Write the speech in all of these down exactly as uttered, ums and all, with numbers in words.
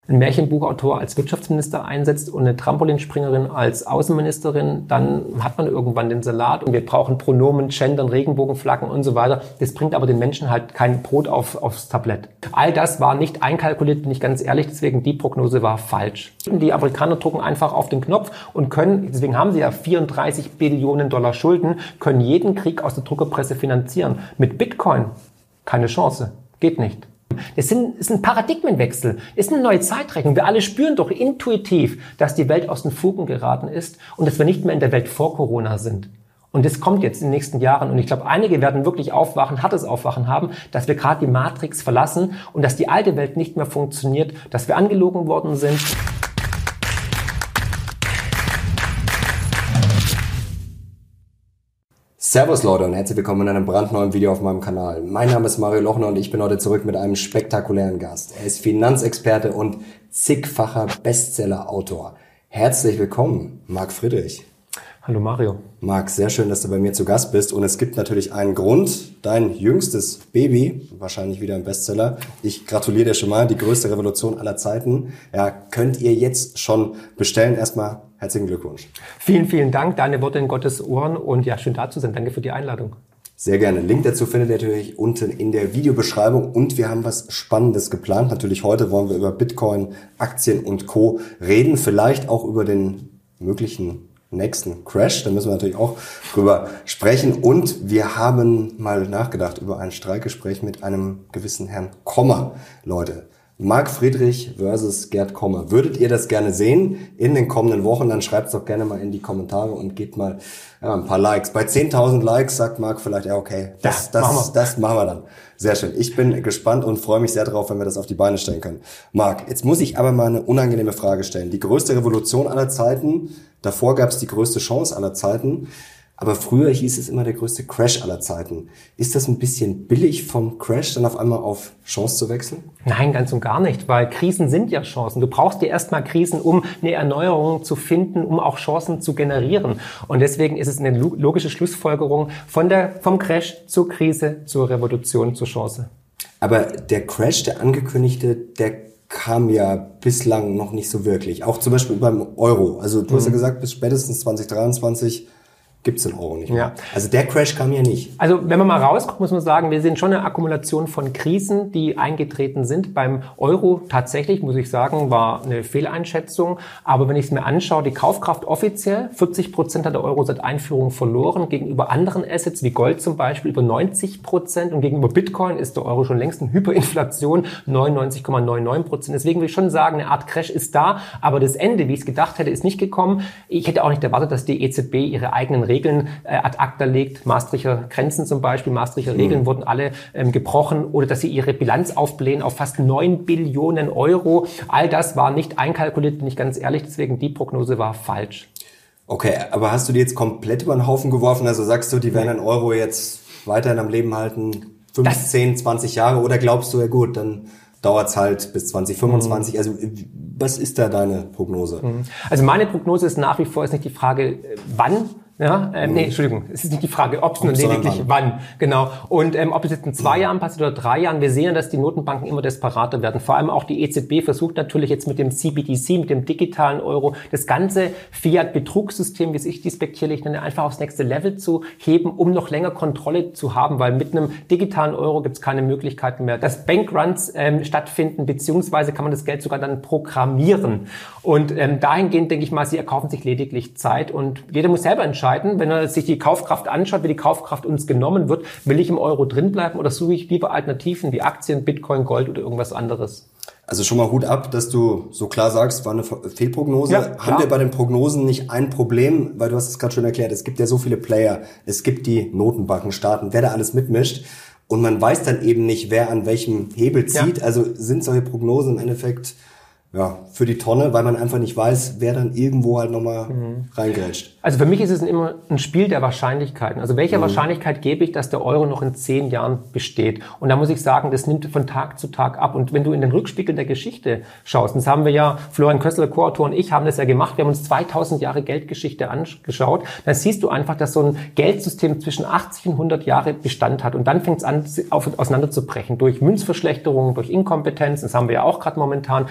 ein Märchenbuchautor als Wirtschaftsminister einsetzt und eine Trampolinspringerin als Außenministerin, dann hat man irgendwann den Salat und wir brauchen Pronomen, Gendern, Regenbogenflaggen und so weiter. Das bringt aber den Menschen halt kein Brot auf, aufs Tablett. All das war nicht einkalkuliert, bin ich ganz ehrlich, deswegen die Prognose war falsch. Die Amerikaner drucken einfach auf den Knopf und können, deswegen haben sie ja vierunddreißig Billionen Dollar Schulden, können jeden Krieg aus der Druckerpresse finanzieren. Mit Bitcoin keine Chance, geht nicht. Das ist ein Paradigmenwechsel, das ist eine neue Zeitrechnung. Wir alle spüren doch intuitiv, dass die Welt aus den Fugen geraten ist und dass wir nicht mehr in der Welt vor Corona sind. Und das kommt jetzt in den nächsten Jahren. Und ich glaube, einige werden wirklich aufwachen, hartes Aufwachen haben, dass wir gerade die Matrix verlassen und dass die alte Welt nicht mehr funktioniert, dass wir angelogen worden sind. Servus Leute und herzlich willkommen in einem brandneuen Video auf meinem Kanal. Mein Name ist Mario Lochner und ich bin heute zurück mit einem spektakulären Gast. Er ist Finanzexperte und zigfacher Bestseller-Autor. Herzlich willkommen, Marc Friedrich. Hallo Mario. Marc, sehr schön, dass du bei mir zu Gast bist. Und es gibt natürlich einen Grund, dein jüngstes Baby, wahrscheinlich wieder ein Bestseller. Ich gratuliere dir schon mal, die größte Revolution aller Zeiten. Ja, könnt ihr jetzt schon bestellen. Erstmal herzlichen Glückwunsch. Vielen, vielen Dank. Deine Worte in Gottes Ohren und ja, schön da zu sein. Danke für die Einladung. Sehr gerne. Link dazu findet ihr natürlich unten in der Videobeschreibung und wir haben was Spannendes geplant. Natürlich heute wollen wir über Bitcoin, Aktien und Co. reden, vielleicht auch über den möglichen nächsten Crash, da müssen wir natürlich auch drüber sprechen. Und wir haben mal nachgedacht über ein Streitgespräch mit einem gewissen Herrn Kommer. Leute, Marc Friedrich versus Gerd Kommer. Würdet ihr das gerne sehen in den kommenden Wochen? Dann schreibt es doch gerne mal in die Kommentare und gebt mal ja, ein paar Likes. Bei zehntausend Likes sagt Marc vielleicht, ja okay, das, das, das, das machen wir dann. Sehr schön. Ich bin gespannt und freue mich sehr darauf, wenn wir das auf die Beine stellen können. Marc, jetzt muss ich aber mal eine unangenehme Frage stellen. Die größte Revolution aller Zeiten, davor gab es die größte Chance aller Zeiten, aber früher hieß es immer der größte Crash aller Zeiten. Ist das ein bisschen billig vom Crash dann auf einmal auf Chance zu wechseln? Nein, ganz und gar nicht, weil Krisen sind ja Chancen. Du brauchst dir erstmal Krisen, um eine Erneuerung zu finden, um auch Chancen zu generieren. Und deswegen ist es eine logische Schlussfolgerung von der, vom Crash zur Krise, zur Revolution, zur Chance. Aber der Crash, der angekündigte, der kam ja bislang noch nicht so wirklich. Auch zum Beispiel beim Euro. Also du mhm. hast ja gesagt, bis spätestens zwanzig dreiundzwanzig gibt's den Euro nicht mehr. Ja. Also der Crash kam ja nicht. Also wenn man mal rausguckt, muss man sagen, wir sehen schon eine Akkumulation von Krisen, die eingetreten sind. Beim Euro tatsächlich, muss ich sagen, war eine Fehleinschätzung. Aber wenn ich es mir anschaue, die Kaufkraft offiziell, vierzig Prozent hat der Euro seit Einführung verloren. Gegenüber anderen Assets wie Gold zum Beispiel über neunzig Prozent. Und gegenüber Bitcoin ist der Euro schon längst in Hyperinflation, neunundneunzig Komma neunundneunzig Prozent. Deswegen will ich schon sagen, eine Art Crash ist da. Aber das Ende, wie ich es gedacht hätte, ist nicht gekommen. Ich hätte auch nicht erwartet, dass die E Z B ihre eigenen Regeln äh, ad acta legt. Maastrichter Grenzen zum Beispiel, Maastrichter mhm. Regeln wurden alle ähm, gebrochen oder dass sie ihre Bilanz aufblähen auf fast neun Billionen Euro. All das war nicht einkalkuliert, bin ich ganz ehrlich, deswegen die Prognose war falsch. Okay, aber hast du die jetzt komplett über den Haufen geworfen? Also sagst du, die werden den Euro jetzt weiterhin am Leben halten, fünf, das, zehn, zwanzig Jahre? Oder glaubst du, ja gut, dann dauert's halt bis zwanzig fünfundzwanzig? Mhm. Also was ist da deine Prognose? Also meine Prognose ist nach wie vor ist nicht die Frage, wann. Ja, ähm, nee, Entschuldigung, es ist nicht die Frage, ob es nur lediglich wann. Genau. Und ähm, ob es jetzt in zwei Jahren passiert oder drei Jahren, wir sehen, dass die Notenbanken immer desperater werden. Vor allem auch die E Z B versucht natürlich jetzt mit dem C B D C, mit dem digitalen Euro, das ganze Fiat-Betrugssystem, wie es ich despektierlich nenne, einfach aufs nächste Level zu heben, um noch länger Kontrolle zu haben, weil mit einem digitalen Euro gibt es keine Möglichkeiten mehr, dass Bankruns ähm, stattfinden, beziehungsweise kann man das Geld sogar dann programmieren. Und ähm, dahingehend denke ich mal, sie erkaufen sich lediglich Zeit und jeder muss selber entscheiden, wenn er sich die Kaufkraft anschaut, wie die Kaufkraft uns genommen wird, will ich im Euro drinbleiben oder suche ich lieber Alternativen wie Aktien, Bitcoin, Gold oder irgendwas anderes? Also schon mal Hut ab, dass du so klar sagst, war eine Fehlprognose. Ja, haben wir bei den Prognosen nicht ein Problem, weil du hast es gerade schon erklärt, es gibt ja so viele Player, es gibt die Notenbankenstaaten, wer da alles mitmischt und man weiß dann eben nicht, wer an welchem Hebel zieht. Ja. Also sind solche Prognosen im Endeffekt ja, für die Tonne, weil man einfach nicht weiß, wer dann irgendwo halt nochmal mhm. reingrätscht. Also für mich ist es immer ein Spiel der Wahrscheinlichkeiten. Also welcher mhm. Wahrscheinlichkeit gebe ich, dass der Euro noch in zehn Jahren besteht? Und da muss ich sagen, das nimmt von Tag zu Tag ab. Und wenn du in den Rückspiegel der Geschichte schaust, und das haben wir ja, Florian Kössler, Co-Autor und ich haben das ja gemacht, wir haben uns zweitausend Jahre Geldgeschichte angeschaut, dann siehst du einfach, dass so ein Geldsystem zwischen achtzig und hundert Jahre Bestand hat. Und dann fängt es an, auf, auseinanderzubrechen durch Münzverschlechterung, durch Inkompetenz, das haben wir ja auch gerade momentan, beziehungsweise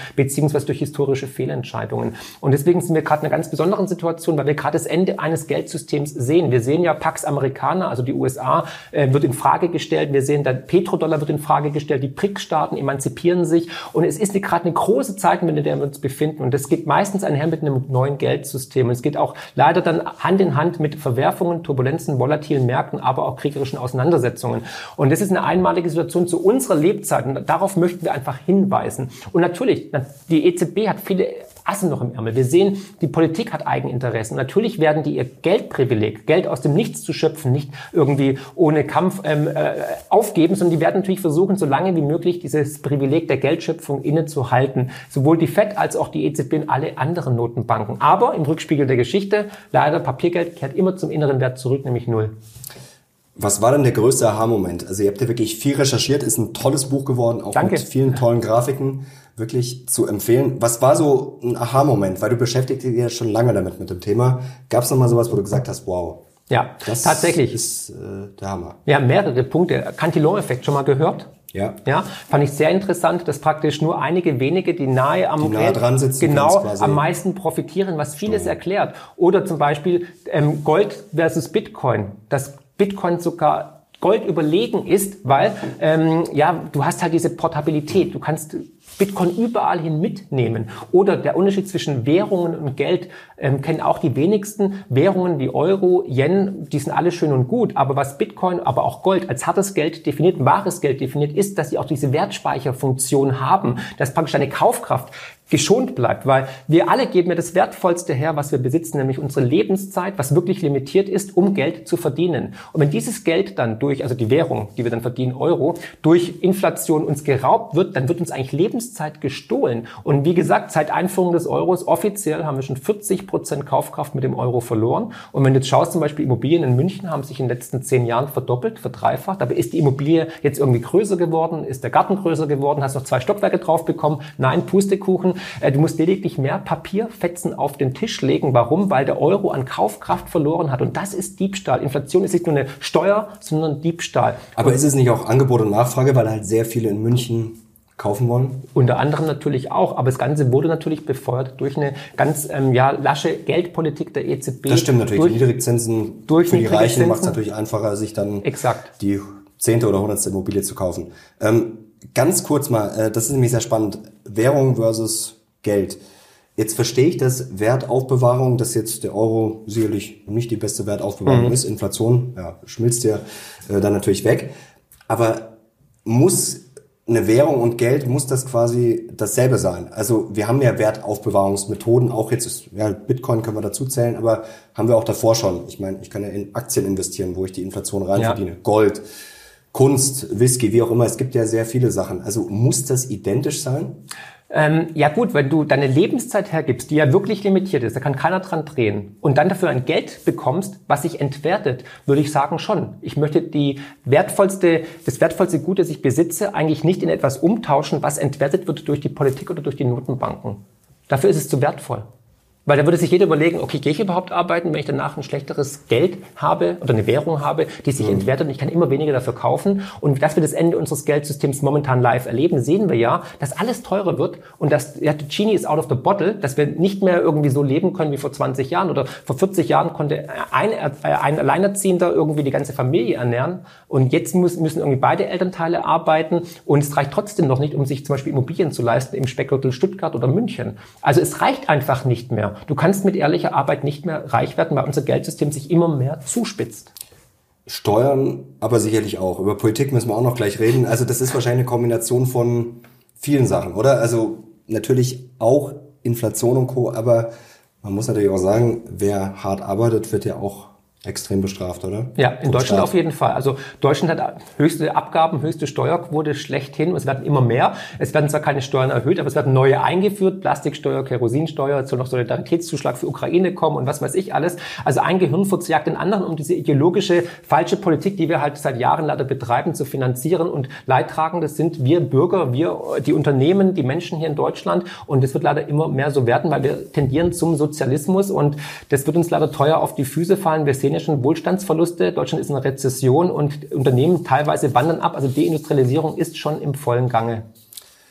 beziehungsweise durch historische Fehlentscheidungen. Und deswegen sind wir gerade in einer ganz besonderen Situation, weil wir gerade das Ende eines Geldsystems sehen. Wir sehen ja Pax Americana, also die U S A, äh, wird in Frage gestellt. Wir sehen, der Petrodollar wird in Frage gestellt. Die B R I C-Staaten emanzipieren sich. Und es ist gerade eine große Zeit, in der wir uns befinden. Und das geht meistens einher mit einem neuen Geldsystem. Und es geht auch leider dann Hand in Hand mit Verwerfungen, Turbulenzen, volatilen Märkten, aber auch kriegerischen Auseinandersetzungen. Und das ist eine einmalige Situation zu unserer Lebzeit. Und darauf möchten wir einfach hinweisen. Und natürlich, die E Z B hat viele Asse noch im Ärmel. Wir sehen, die Politik hat Eigeninteressen. Natürlich werden die ihr Geldprivileg, Geld aus dem Nichts zu schöpfen, nicht irgendwie ohne Kampf ähm, äh, aufgeben, sondern die werden natürlich versuchen, so lange wie möglich dieses Privileg der Geldschöpfung innezuhalten. Sowohl die Fed als auch die E Z B und alle anderen Notenbanken. Aber im Rückspiegel der Geschichte, leider, Papiergeld kehrt immer zum inneren Wert zurück, nämlich null. Was war denn der größte Aha-Moment? Also ihr habt ja wirklich viel recherchiert, ist ein tolles Buch geworden, auch Danke. Mit vielen tollen Grafiken, wirklich zu empfehlen. Was war so ein Aha-Moment? Weil du beschäftigst dich ja schon lange damit mit dem Thema. Gab es noch mal sowas, wo du gesagt hast, wow, ja, das tatsächlich ist äh, der Hammer. Ja, mehrere Punkte. Cantillon-Effekt schon mal gehört? Ja. Ja, fand ich sehr interessant, dass praktisch nur einige wenige, die nahe am die nahe dran sitzen, genau am meisten profitieren, was vieles steuern. Erklärt. Oder zum Beispiel ähm, Gold versus Bitcoin. Das Bitcoin sogar Gold überlegen ist, weil ähm, ja du hast halt diese Portabilität. Du kannst Bitcoin überall hin mitnehmen. Oder der Unterschied zwischen Währungen und Geld ähm, kennen auch die wenigsten. Währungen wie Euro, Yen, die sind alle schön und gut. Aber was Bitcoin, aber auch Gold als hartes Geld definiert, wahres Geld definiert, ist, dass sie auch diese Wertspeicherfunktion haben. Dass praktisch eine Kaufkraft geschont bleibt, weil wir alle geben ja das Wertvollste her, was wir besitzen, nämlich unsere Lebenszeit, was wirklich limitiert ist, um Geld zu verdienen. Und wenn dieses Geld dann durch, also die Währung, die wir dann verdienen, Euro, durch Inflation uns geraubt wird, dann wird uns eigentlich Lebenszeit gestohlen. Und wie gesagt, seit Einführung des Euros offiziell haben wir schon vierzig Prozent Kaufkraft mit dem Euro verloren. Und wenn du jetzt schaust, zum Beispiel Immobilien in München haben sich in den letzten zehn Jahren verdoppelt, verdreifacht, aber ist die Immobilie jetzt irgendwie größer geworden? Ist der Garten größer geworden? Hast noch zwei Stockwerke drauf bekommen? Nein, Pustekuchen. Du musst lediglich mehr Papierfetzen auf den Tisch legen. Warum? Weil der Euro an Kaufkraft verloren hat. Und das ist Diebstahl. Inflation ist nicht nur eine Steuer, sondern Diebstahl. Aber ist es nicht auch Angebot und Nachfrage, weil halt sehr viele in München kaufen wollen? Unter anderem natürlich auch. Aber das Ganze wurde natürlich befeuert durch eine ganz ähm, ja, lasche Geldpolitik der E Z B. Das stimmt natürlich. Durch, die Niedrigzinsen durch für die Reichen macht es natürlich einfacher, sich dann Exakt. die zehnte oder hundertste Immobilie zu kaufen. Ähm, ganz kurz mal, äh, das ist nämlich sehr spannend. Währung versus Geld. Jetzt verstehe ich, dass Wertaufbewahrung, dass jetzt der Euro sicherlich nicht die beste Wertaufbewahrung mhm. ist. Inflation, ja, schmilzt ja äh, dann natürlich weg. Aber muss eine Währung und Geld, muss das quasi dasselbe sein? Also wir haben ja Wertaufbewahrungsmethoden, auch jetzt ist, ja, Bitcoin können wir dazu zählen, aber haben wir auch davor schon. Ich meine, ich kann ja in Aktien investieren, wo ich die Inflation rein ja. verdiene. Gold, Kunst, Whisky, wie auch immer. Es gibt ja sehr viele Sachen. Also muss das identisch sein? Ähm, ja gut, wenn du deine Lebenszeit hergibst, die ja wirklich limitiert ist, da kann keiner dran drehen, und dann dafür ein Geld bekommst, was sich entwertet, würde ich sagen schon. Ich möchte die wertvollste, das wertvollste Gut, das ich besitze, eigentlich nicht in etwas umtauschen, was entwertet wird durch die Politik oder durch die Notenbanken. Dafür ist es zu wertvoll. Weil da würde sich jeder überlegen, okay, gehe ich überhaupt arbeiten, wenn ich danach ein schlechteres Geld habe oder eine Währung habe, die sich mhm. entwertet, und ich kann immer weniger dafür kaufen. Und dass wir das Ende unseres Geldsystems momentan live erleben, sehen wir ja, dass alles teurer wird und dass ja, the genie is out of the bottle, dass wir nicht mehr irgendwie so leben können wie vor zwanzig Jahren oder vor vierzig Jahren konnte ein, ein Alleinerziehender irgendwie die ganze Familie ernähren, und jetzt muss, müssen irgendwie beide Elternteile arbeiten, und es reicht trotzdem noch nicht, um sich zum Beispiel Immobilien zu leisten im Speckgürtel Stuttgart oder München. Also es reicht einfach nicht mehr. Du kannst mit ehrlicher Arbeit nicht mehr reich werden, weil unser Geldsystem sich immer mehr zuspitzt. Steuern, aber sicherlich auch. Über Politik müssen wir auch noch gleich reden. Also das ist wahrscheinlich eine Kombination von vielen Sachen, oder? Also natürlich auch Inflation und Co., aber man muss natürlich auch sagen, wer hart arbeitet, wird ja auch extrem bestraft, oder? Ja, in Deutschland auf jeden Fall. Also Deutschland hat höchste Abgaben, höchste Steuerquote schlechthin. Es werden immer mehr. Es werden zwar keine Steuern erhöht, aber es werden neue eingeführt. Plastiksteuer, Kerosinsteuer, es soll noch Solidaritätszuschlag für Ukraine kommen und was weiß ich alles. Also ein Gehirnfurz jagt den anderen, um diese ideologische, falsche Politik, die wir halt seit Jahren leider betreiben, zu finanzieren. Und Leidtragende sind wir Bürger, wir, die Unternehmen, die Menschen hier in Deutschland. Und es wird leider immer mehr so werden, weil wir tendieren zum Sozialismus. Und das wird uns leider teuer auf die Füße fallen. Wir sehen ja schon Wohlstandsverluste. Deutschland ist in einer Rezession und Unternehmen teilweise wandern ab. Also Deindustrialisierung ist schon im vollen Gange.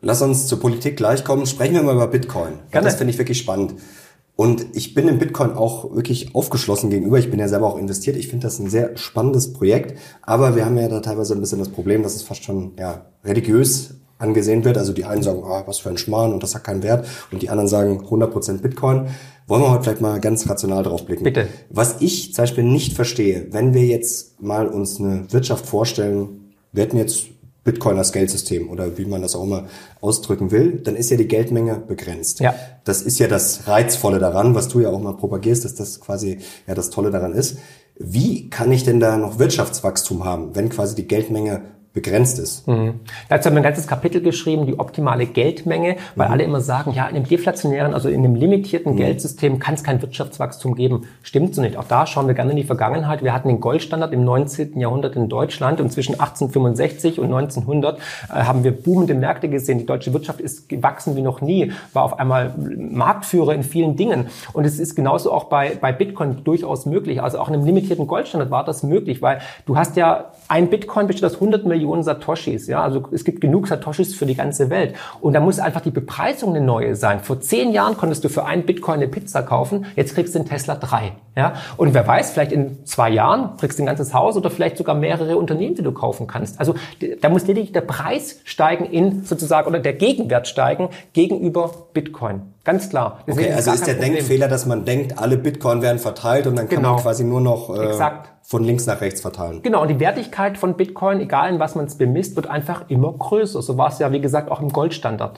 lass uns zur Politik gleich kommen. Sprechen wir mal über Bitcoin. Gerne. Das finde ich wirklich spannend. Und ich bin dem Bitcoin auch wirklich aufgeschlossen gegenüber. Ich bin ja selber auch investiert. Ich finde das ein sehr spannendes Projekt. Aber wir haben ja da teilweise ein bisschen das Problem, dass es fast schon ja religiös angesehen wird. Also die einen sagen, ah, was für ein Schmarrn und das hat keinen Wert. Und die anderen sagen hundert Prozent Bitcoin. Wollen wir heute vielleicht mal ganz rational drauf blicken. Bitte. Was ich zum Beispiel nicht verstehe, wenn wir jetzt mal uns eine Wirtschaft vorstellen, wir hätten jetzt Bitcoin als Geldsystem oder wie man das auch immer ausdrücken will, dann ist ja die Geldmenge begrenzt. Ja. Das ist ja das Reizvolle daran, was du ja auch mal propagierst, dass das quasi ja das Tolle daran ist. Wie kann ich denn da noch Wirtschaftswachstum haben, wenn quasi die Geldmenge begrenzt ist? Mhm. Dazu haben wir ein ganzes Kapitel geschrieben, die optimale Geldmenge, weil mhm. alle immer sagen, ja, in einem deflationären, also in einem limitierten mhm. Geldsystem kann es kein Wirtschaftswachstum geben. Stimmt so nicht. Auch da schauen wir gerne in die Vergangenheit. Wir hatten den Goldstandard im neunzehnten Jahrhundert in Deutschland und zwischen achtzehnhundertfünfundsechzig und neunzehnhundert äh, haben wir boomende Märkte gesehen. Die deutsche Wirtschaft ist gewachsen wie noch nie, war auf einmal Marktführer in vielen Dingen. Und es ist genauso auch bei, bei Bitcoin durchaus möglich. Also auch in einem limitierten Goldstandard war das möglich, weil du hast ja, ein Bitcoin besteht aus hundert Millionen Satoshis, ja, also es gibt genug Satoshis für die ganze Welt. Und da muss einfach die Bepreisung eine neue sein. Vor zehn Jahren konntest du für einen Bitcoin eine Pizza kaufen, jetzt kriegst du den Tesla drei, ja. Und wer weiß, vielleicht in zwei Jahren kriegst du ein ganzes Haus oder vielleicht sogar mehrere Unternehmen, die du kaufen kannst. Also da muss lediglich der Preis steigen in sozusagen oder der Gegenwert steigen gegenüber Bitcoin. Ganz klar. Deswegen okay, also ist der Problem. Denkfehler, dass man denkt, alle Bitcoin werden verteilt und dann kann genau. man quasi nur noch äh, von links nach rechts verteilen. Genau, und die Wertigkeit von Bitcoin, egal in was man es bemisst, wird einfach immer größer. So war es ja, wie gesagt, auch im Goldstandard.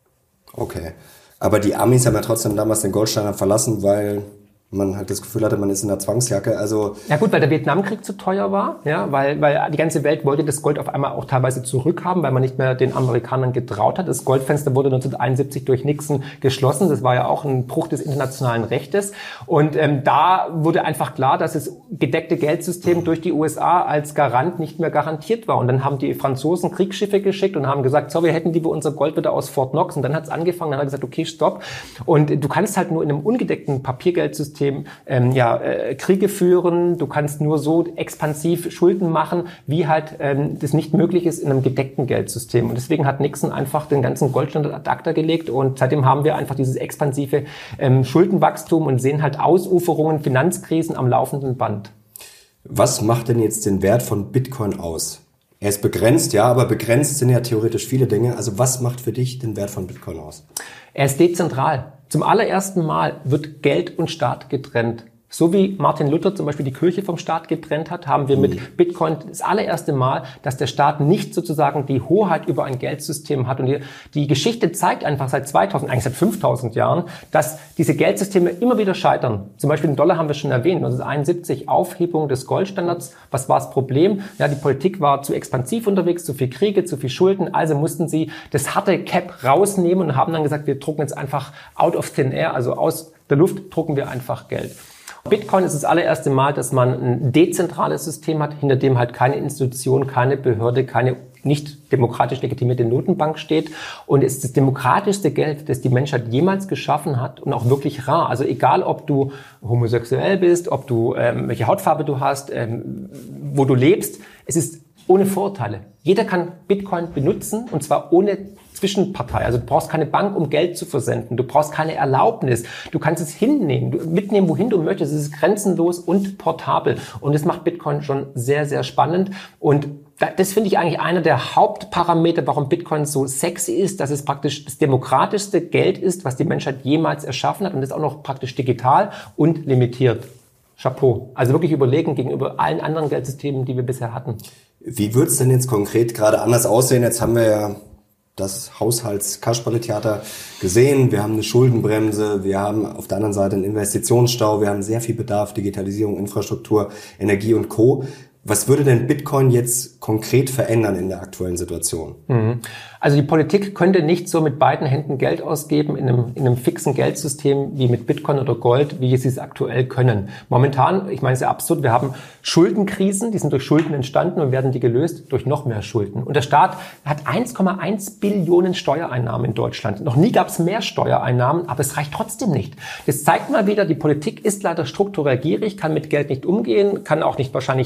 Okay, aber die Amis haben ja trotzdem damals den Goldstandard verlassen, weil man halt das Gefühl hatte, man ist in der Zwangsjacke. Also ja gut, weil der Vietnamkrieg zu teuer war, ja, weil weil die ganze Welt wollte das Gold auf einmal auch teilweise zurückhaben, weil man nicht mehr den Amerikanern getraut hat. Das Goldfenster wurde neunzehnhunderteinundsiebzig durch Nixon geschlossen. Das war ja auch ein Bruch des internationalen Rechtes. Und ähm, da wurde einfach klar, dass das gedeckte Geldsystem durch die U S A als Garant nicht mehr garantiert war. Und dann haben die Franzosen Kriegsschiffe geschickt und haben gesagt, so, wir hätten lieber unser Gold wieder aus Fort Knox. Und dann hat es angefangen, dann hat er gesagt, okay, stopp. Und du kannst halt nur in einem ungedeckten Papiergeldsystem Ähm, ja, äh, Kriege führen, du kannst nur so expansiv Schulden machen, wie halt ähm, das nicht möglich ist in einem gedeckten Geldsystem. Und deswegen hat Nixon einfach den ganzen Goldstandard ad acta gelegt und seitdem haben wir einfach dieses expansive ähm, Schuldenwachstum und sehen halt Ausuferungen, Finanzkrisen am laufenden Band. Was macht denn jetzt den Wert von Bitcoin aus? Er ist begrenzt, ja, aber begrenzt sind ja theoretisch viele Dinge. Also was macht für dich den Wert von Bitcoin aus? Er ist dezentral. Zum allerersten Mal wird Geld und Staat getrennt. So wie Martin Luther zum Beispiel die Kirche vom Staat getrennt hat, haben wir mit Bitcoin das allererste Mal, dass der Staat nicht sozusagen die Hoheit über ein Geldsystem hat. Und die, die Geschichte zeigt einfach seit zweitausend, eigentlich seit fünftausend Jahren, dass diese Geldsysteme immer wieder scheitern. Zum Beispiel den Dollar haben wir schon erwähnt, neunzehnhunderteinundsiebzig Aufhebung des Goldstandards. Was war das Problem? Ja, die Politik war zu expansiv unterwegs, zu viel Kriege, zu viel Schulden. Also mussten sie das harte Cap rausnehmen und haben dann gesagt, wir drucken jetzt einfach out of thin air, also aus der Luft drucken wir einfach Geld. Bitcoin ist das allererste Mal, dass man ein dezentrales System hat, hinter dem halt keine Institution, keine Behörde, keine nicht demokratisch legitimierte Notenbank steht. Und es ist das demokratischste Geld, das die Menschheit jemals geschaffen hat und auch wirklich rar. Also egal, ob du homosexuell bist, ob du ähm, welche Hautfarbe du hast, ähm, wo du lebst, es ist ohne Vorurteile. Jeder kann Bitcoin benutzen und zwar ohne Zwischenpartei. Also du brauchst keine Bank, um Geld zu versenden. Du brauchst keine Erlaubnis. Du kannst es hinnehmen, du, mitnehmen, wohin du möchtest. Es ist grenzenlos und portabel. Und das macht Bitcoin schon sehr, sehr spannend. Und das finde ich eigentlich einer der Hauptparameter, warum Bitcoin so sexy ist, dass es praktisch das demokratischste Geld ist, was die Menschheit jemals erschaffen hat und das auch noch praktisch digital und limitiert. Chapeau. Also wirklich überlegen gegenüber allen anderen Geldsystemen, die wir bisher hatten. Wie wird es denn jetzt konkret gerade anders aussehen? Jetzt haben wir ja das Haushalts-Kasperle-Theater gesehen. Wir haben eine Schuldenbremse, wir haben auf der anderen Seite einen Investitionsstau, wir haben sehr viel Bedarf, Digitalisierung, Infrastruktur, Energie und Co. Was würde denn Bitcoin jetzt konkret verändern in der aktuellen Situation? Also die Politik könnte nicht so mit beiden Händen Geld ausgeben in einem, in einem fixen Geldsystem wie mit Bitcoin oder Gold, wie sie es aktuell können. Momentan, ich meine, es ist ja absurd, wir haben Schuldenkrisen, die sind durch Schulden entstanden und werden die gelöst durch noch mehr Schulden. Und der Staat hat eins Komma eins Billionen Steuereinnahmen in Deutschland. Noch nie gab es mehr Steuereinnahmen, aber es reicht trotzdem nicht. Das zeigt mal wieder, die Politik ist leider strukturell gierig, kann mit Geld nicht umgehen, kann auch nicht wahrscheinlich rechnen.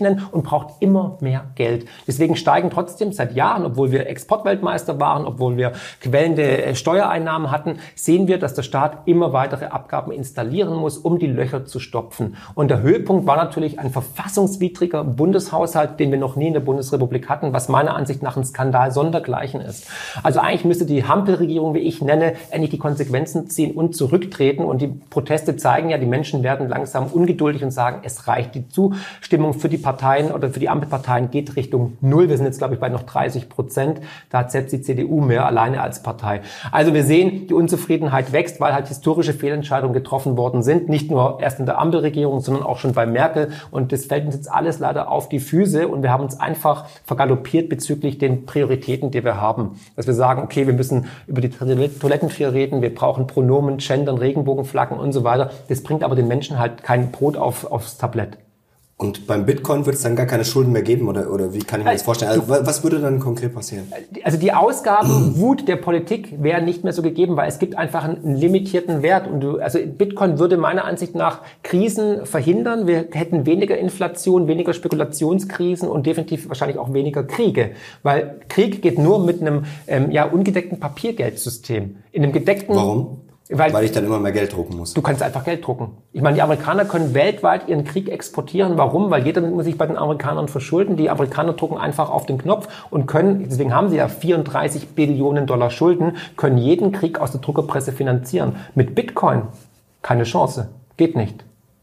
Einzelnen und braucht immer mehr Geld. Deswegen steigen trotzdem seit Jahren, obwohl wir Exportweltmeister waren, obwohl wir quellende Steuereinnahmen hatten, sehen wir, dass der Staat immer weitere Abgaben installieren muss, um die Löcher zu stopfen. Und der Höhepunkt war natürlich ein verfassungswidriger Bundeshaushalt, den wir noch nie in der Bundesrepublik hatten, was meiner Ansicht nach ein Skandal sondergleichen ist. Also eigentlich müsste die Hampelregierung, wie ich nenne, endlich die Konsequenzen ziehen und zurücktreten. Und die Proteste zeigen ja, die Menschen werden langsam ungeduldig und sagen, es reicht. Die Zustimmung für die Parteien oder für die Ampelparteien geht Richtung Null. Wir sind jetzt, glaube ich, bei noch dreißig Prozent. Da hat selbst die C D U mehr alleine als Partei. Also wir sehen, die Unzufriedenheit wächst, weil halt historische Fehlentscheidungen getroffen worden sind. Nicht nur erst in der Ampelregierung, sondern auch schon bei Merkel. Und das fällt uns jetzt alles leider auf die Füße. Und wir haben uns einfach vergaloppiert bezüglich den Prioritäten, die wir haben. Dass wir sagen, okay, wir müssen über die Toilettentür reden, wir brauchen Pronomen, Gendern, Regenbogenflaggen und so weiter. Das bringt aber den Menschen halt kein Brot auf, aufs Tablett. Und beim Bitcoin wird es dann gar keine Schulden mehr geben, oder, oder wie kann ich mir das vorstellen? Also, was würde dann konkret passieren? Also die Ausgabenwut der Politik wäre nicht mehr so gegeben, weil es gibt einfach einen limitierten Wert. Und du, also Bitcoin würde meiner Ansicht nach Krisen verhindern. Wir hätten weniger Inflation, weniger Spekulationskrisen und definitiv wahrscheinlich auch weniger Kriege. Weil Krieg geht nur mit einem ähm, ja ungedeckten Papiergeldsystem. In einem gedeckten... Warum? Weil, Weil ich dann immer mehr Geld drucken muss. Du kannst einfach Geld drucken. Ich meine, die Amerikaner können weltweit ihren Krieg exportieren. Warum? Weil jeder muss sich bei den Amerikanern verschulden. Die Amerikaner drucken einfach auf den Knopf und können, deswegen haben sie ja vierunddreißig Billionen Dollar Schulden, können jeden Krieg aus der Druckerpresse finanzieren. Mit Bitcoin keine Chance. Geht nicht.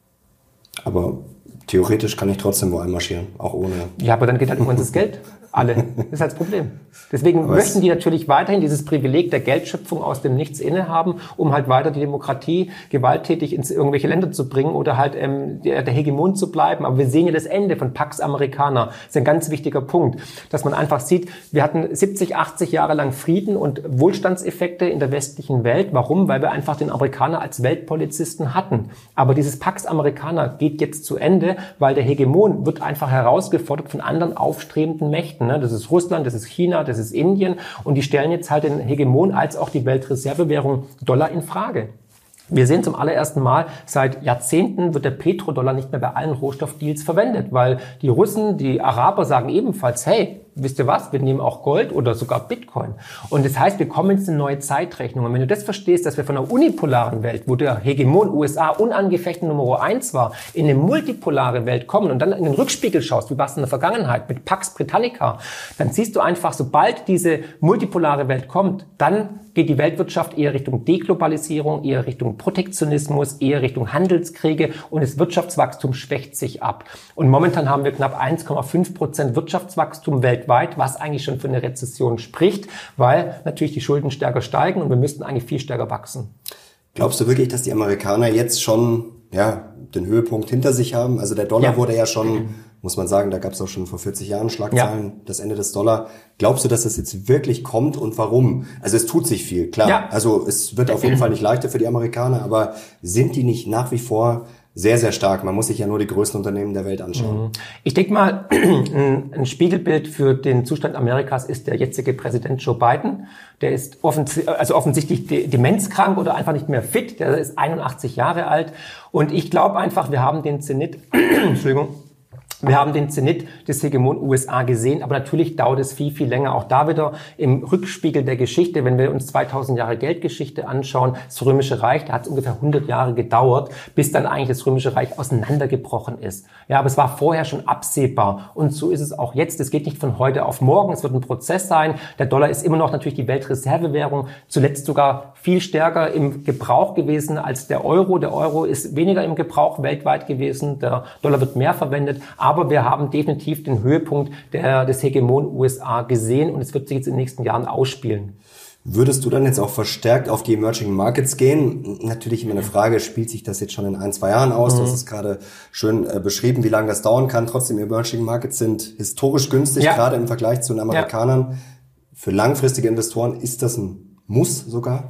Aber theoretisch kann ich trotzdem wo einmarschieren, auch ohne... Ja, aber dann geht halt übrigens das Geld. Alle. Das ist halt das Problem. Deswegen Was? möchten die natürlich weiterhin dieses Privileg der Geldschöpfung aus dem Nichts innehaben, um halt weiter die Demokratie gewalttätig ins irgendwelche Länder zu bringen oder halt ähm, der, der Hegemon zu bleiben. Aber wir sehen ja das Ende von Pax Americana. Das ist ein ganz wichtiger Punkt, dass man einfach sieht, wir hatten siebzig, achtzig Jahre lang Frieden und Wohlstandseffekte in der westlichen Welt. Warum? Weil wir einfach den Amerikaner als Weltpolizisten hatten. Aber dieses Pax Americana geht jetzt zu Ende, weil der Hegemon wird einfach herausgefordert von anderen aufstrebenden Mächten. Das ist Russland, das ist China, das ist Indien und die stellen jetzt halt den Hegemon als auch die Weltreservewährung Dollar in Frage. Wir sehen zum allerersten Mal, seit Jahrzehnten wird der Petrodollar nicht mehr bei allen Rohstoffdeals verwendet, weil die Russen, die Araber sagen ebenfalls, hey, wisst ihr was, wir nehmen auch Gold oder sogar Bitcoin. Und das heißt, wir kommen jetzt in eine neue Zeitrechnung. Und wenn du das verstehst, dass wir von einer unipolaren Welt, wo der Hegemon U S A unangefochten Nummer eins war, in eine multipolare Welt kommen und dann in den Rückspiegel schaust, wie war es in der Vergangenheit mit Pax Britannica, dann siehst du einfach, sobald diese multipolare Welt kommt, dann geht die Weltwirtschaft eher Richtung Deglobalisierung, eher Richtung Protektionismus, eher Richtung Handelskriege und das Wirtschaftswachstum schwächt sich ab. Und momentan haben wir knapp eins Komma fünf Prozent Wirtschaftswachstum weltweit, was eigentlich schon für eine Rezession spricht, weil natürlich die Schulden stärker steigen und wir müssten eigentlich viel stärker wachsen. Glaubst du wirklich, dass die Amerikaner jetzt schon ja den Höhepunkt hinter sich haben? Also der Dollar ja. wurde ja schon, muss man sagen, da gab es auch schon vor vierzig Jahren Schlagzeilen, ja. das Ende des Dollar. Glaubst du, dass das jetzt wirklich kommt und warum? Also es tut sich viel, klar. Ja. Also es wird auf jeden Fall nicht leichter für die Amerikaner, aber sind die nicht nach wie vor sehr, sehr stark? Man muss sich ja nur die größten Unternehmen der Welt anschauen. Ich denke mal, ein Spiegelbild für den Zustand Amerikas ist der jetzige Präsident Joe Biden. Der ist offens- also offensichtlich de- demenzkrank oder einfach nicht mehr fit. Der ist einundachtzig Jahre alt. Und ich glaube einfach, wir haben den Zenit, Entschuldigung, Wir haben den Zenit des Hegemon U S A gesehen, aber natürlich dauert es viel, viel länger. Auch da wieder im Rückspiegel der Geschichte, wenn wir uns zweitausend Jahre Geldgeschichte anschauen, das Römische Reich, da hat es ungefähr hundert Jahre gedauert, bis dann eigentlich das Römische Reich auseinandergebrochen ist. Ja, aber es war vorher schon absehbar und so ist es auch jetzt. Es geht nicht von heute auf morgen, es wird ein Prozess sein. Der Dollar ist immer noch natürlich die Weltreservewährung, zuletzt sogar viel stärker im Gebrauch gewesen als der Euro. Der Euro ist weniger im Gebrauch weltweit gewesen, der Dollar wird mehr verwendet, aber wir haben definitiv den Höhepunkt der, des Hegemon U S A gesehen und es wird sich jetzt in den nächsten Jahren ausspielen. Würdest du dann jetzt auch verstärkt auf die Emerging Markets gehen? Natürlich immer eine Frage, spielt sich das jetzt schon in ein, zwei Jahren aus? Mhm. Du hast es gerade schön äh, beschrieben, wie lange das dauern kann. Trotzdem, Emerging Markets sind historisch günstig, ja. gerade im Vergleich zu den Amerikanern. Ja. Für langfristige Investoren ist das ein Muss sogar?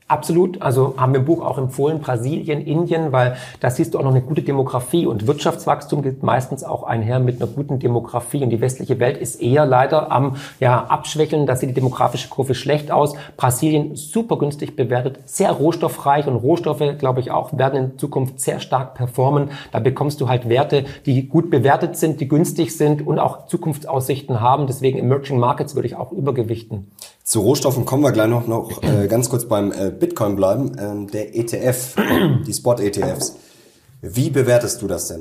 Absolut, also haben wir im Buch auch empfohlen, Brasilien, Indien, weil da siehst du auch noch eine gute Demografie und Wirtschaftswachstum geht meistens auch einher mit einer guten Demografie und die westliche Welt ist eher leider am ja, Abschwächeln, da sieht die demografische Kurve schlecht aus. Brasilien super günstig bewertet, sehr rohstoffreich und Rohstoffe, glaube ich auch, werden in Zukunft sehr stark performen. Da bekommst du halt Werte, die gut bewertet sind, die günstig sind und auch Zukunftsaussichten haben, deswegen Emerging Markets würde ich auch übergewichten. Zu Rohstoffen kommen wir gleich noch, noch äh, ganz kurz beim äh, Bitcoin bleiben. Ähm, der E T F, die Spot-E T Fs. Wie bewertest du das denn?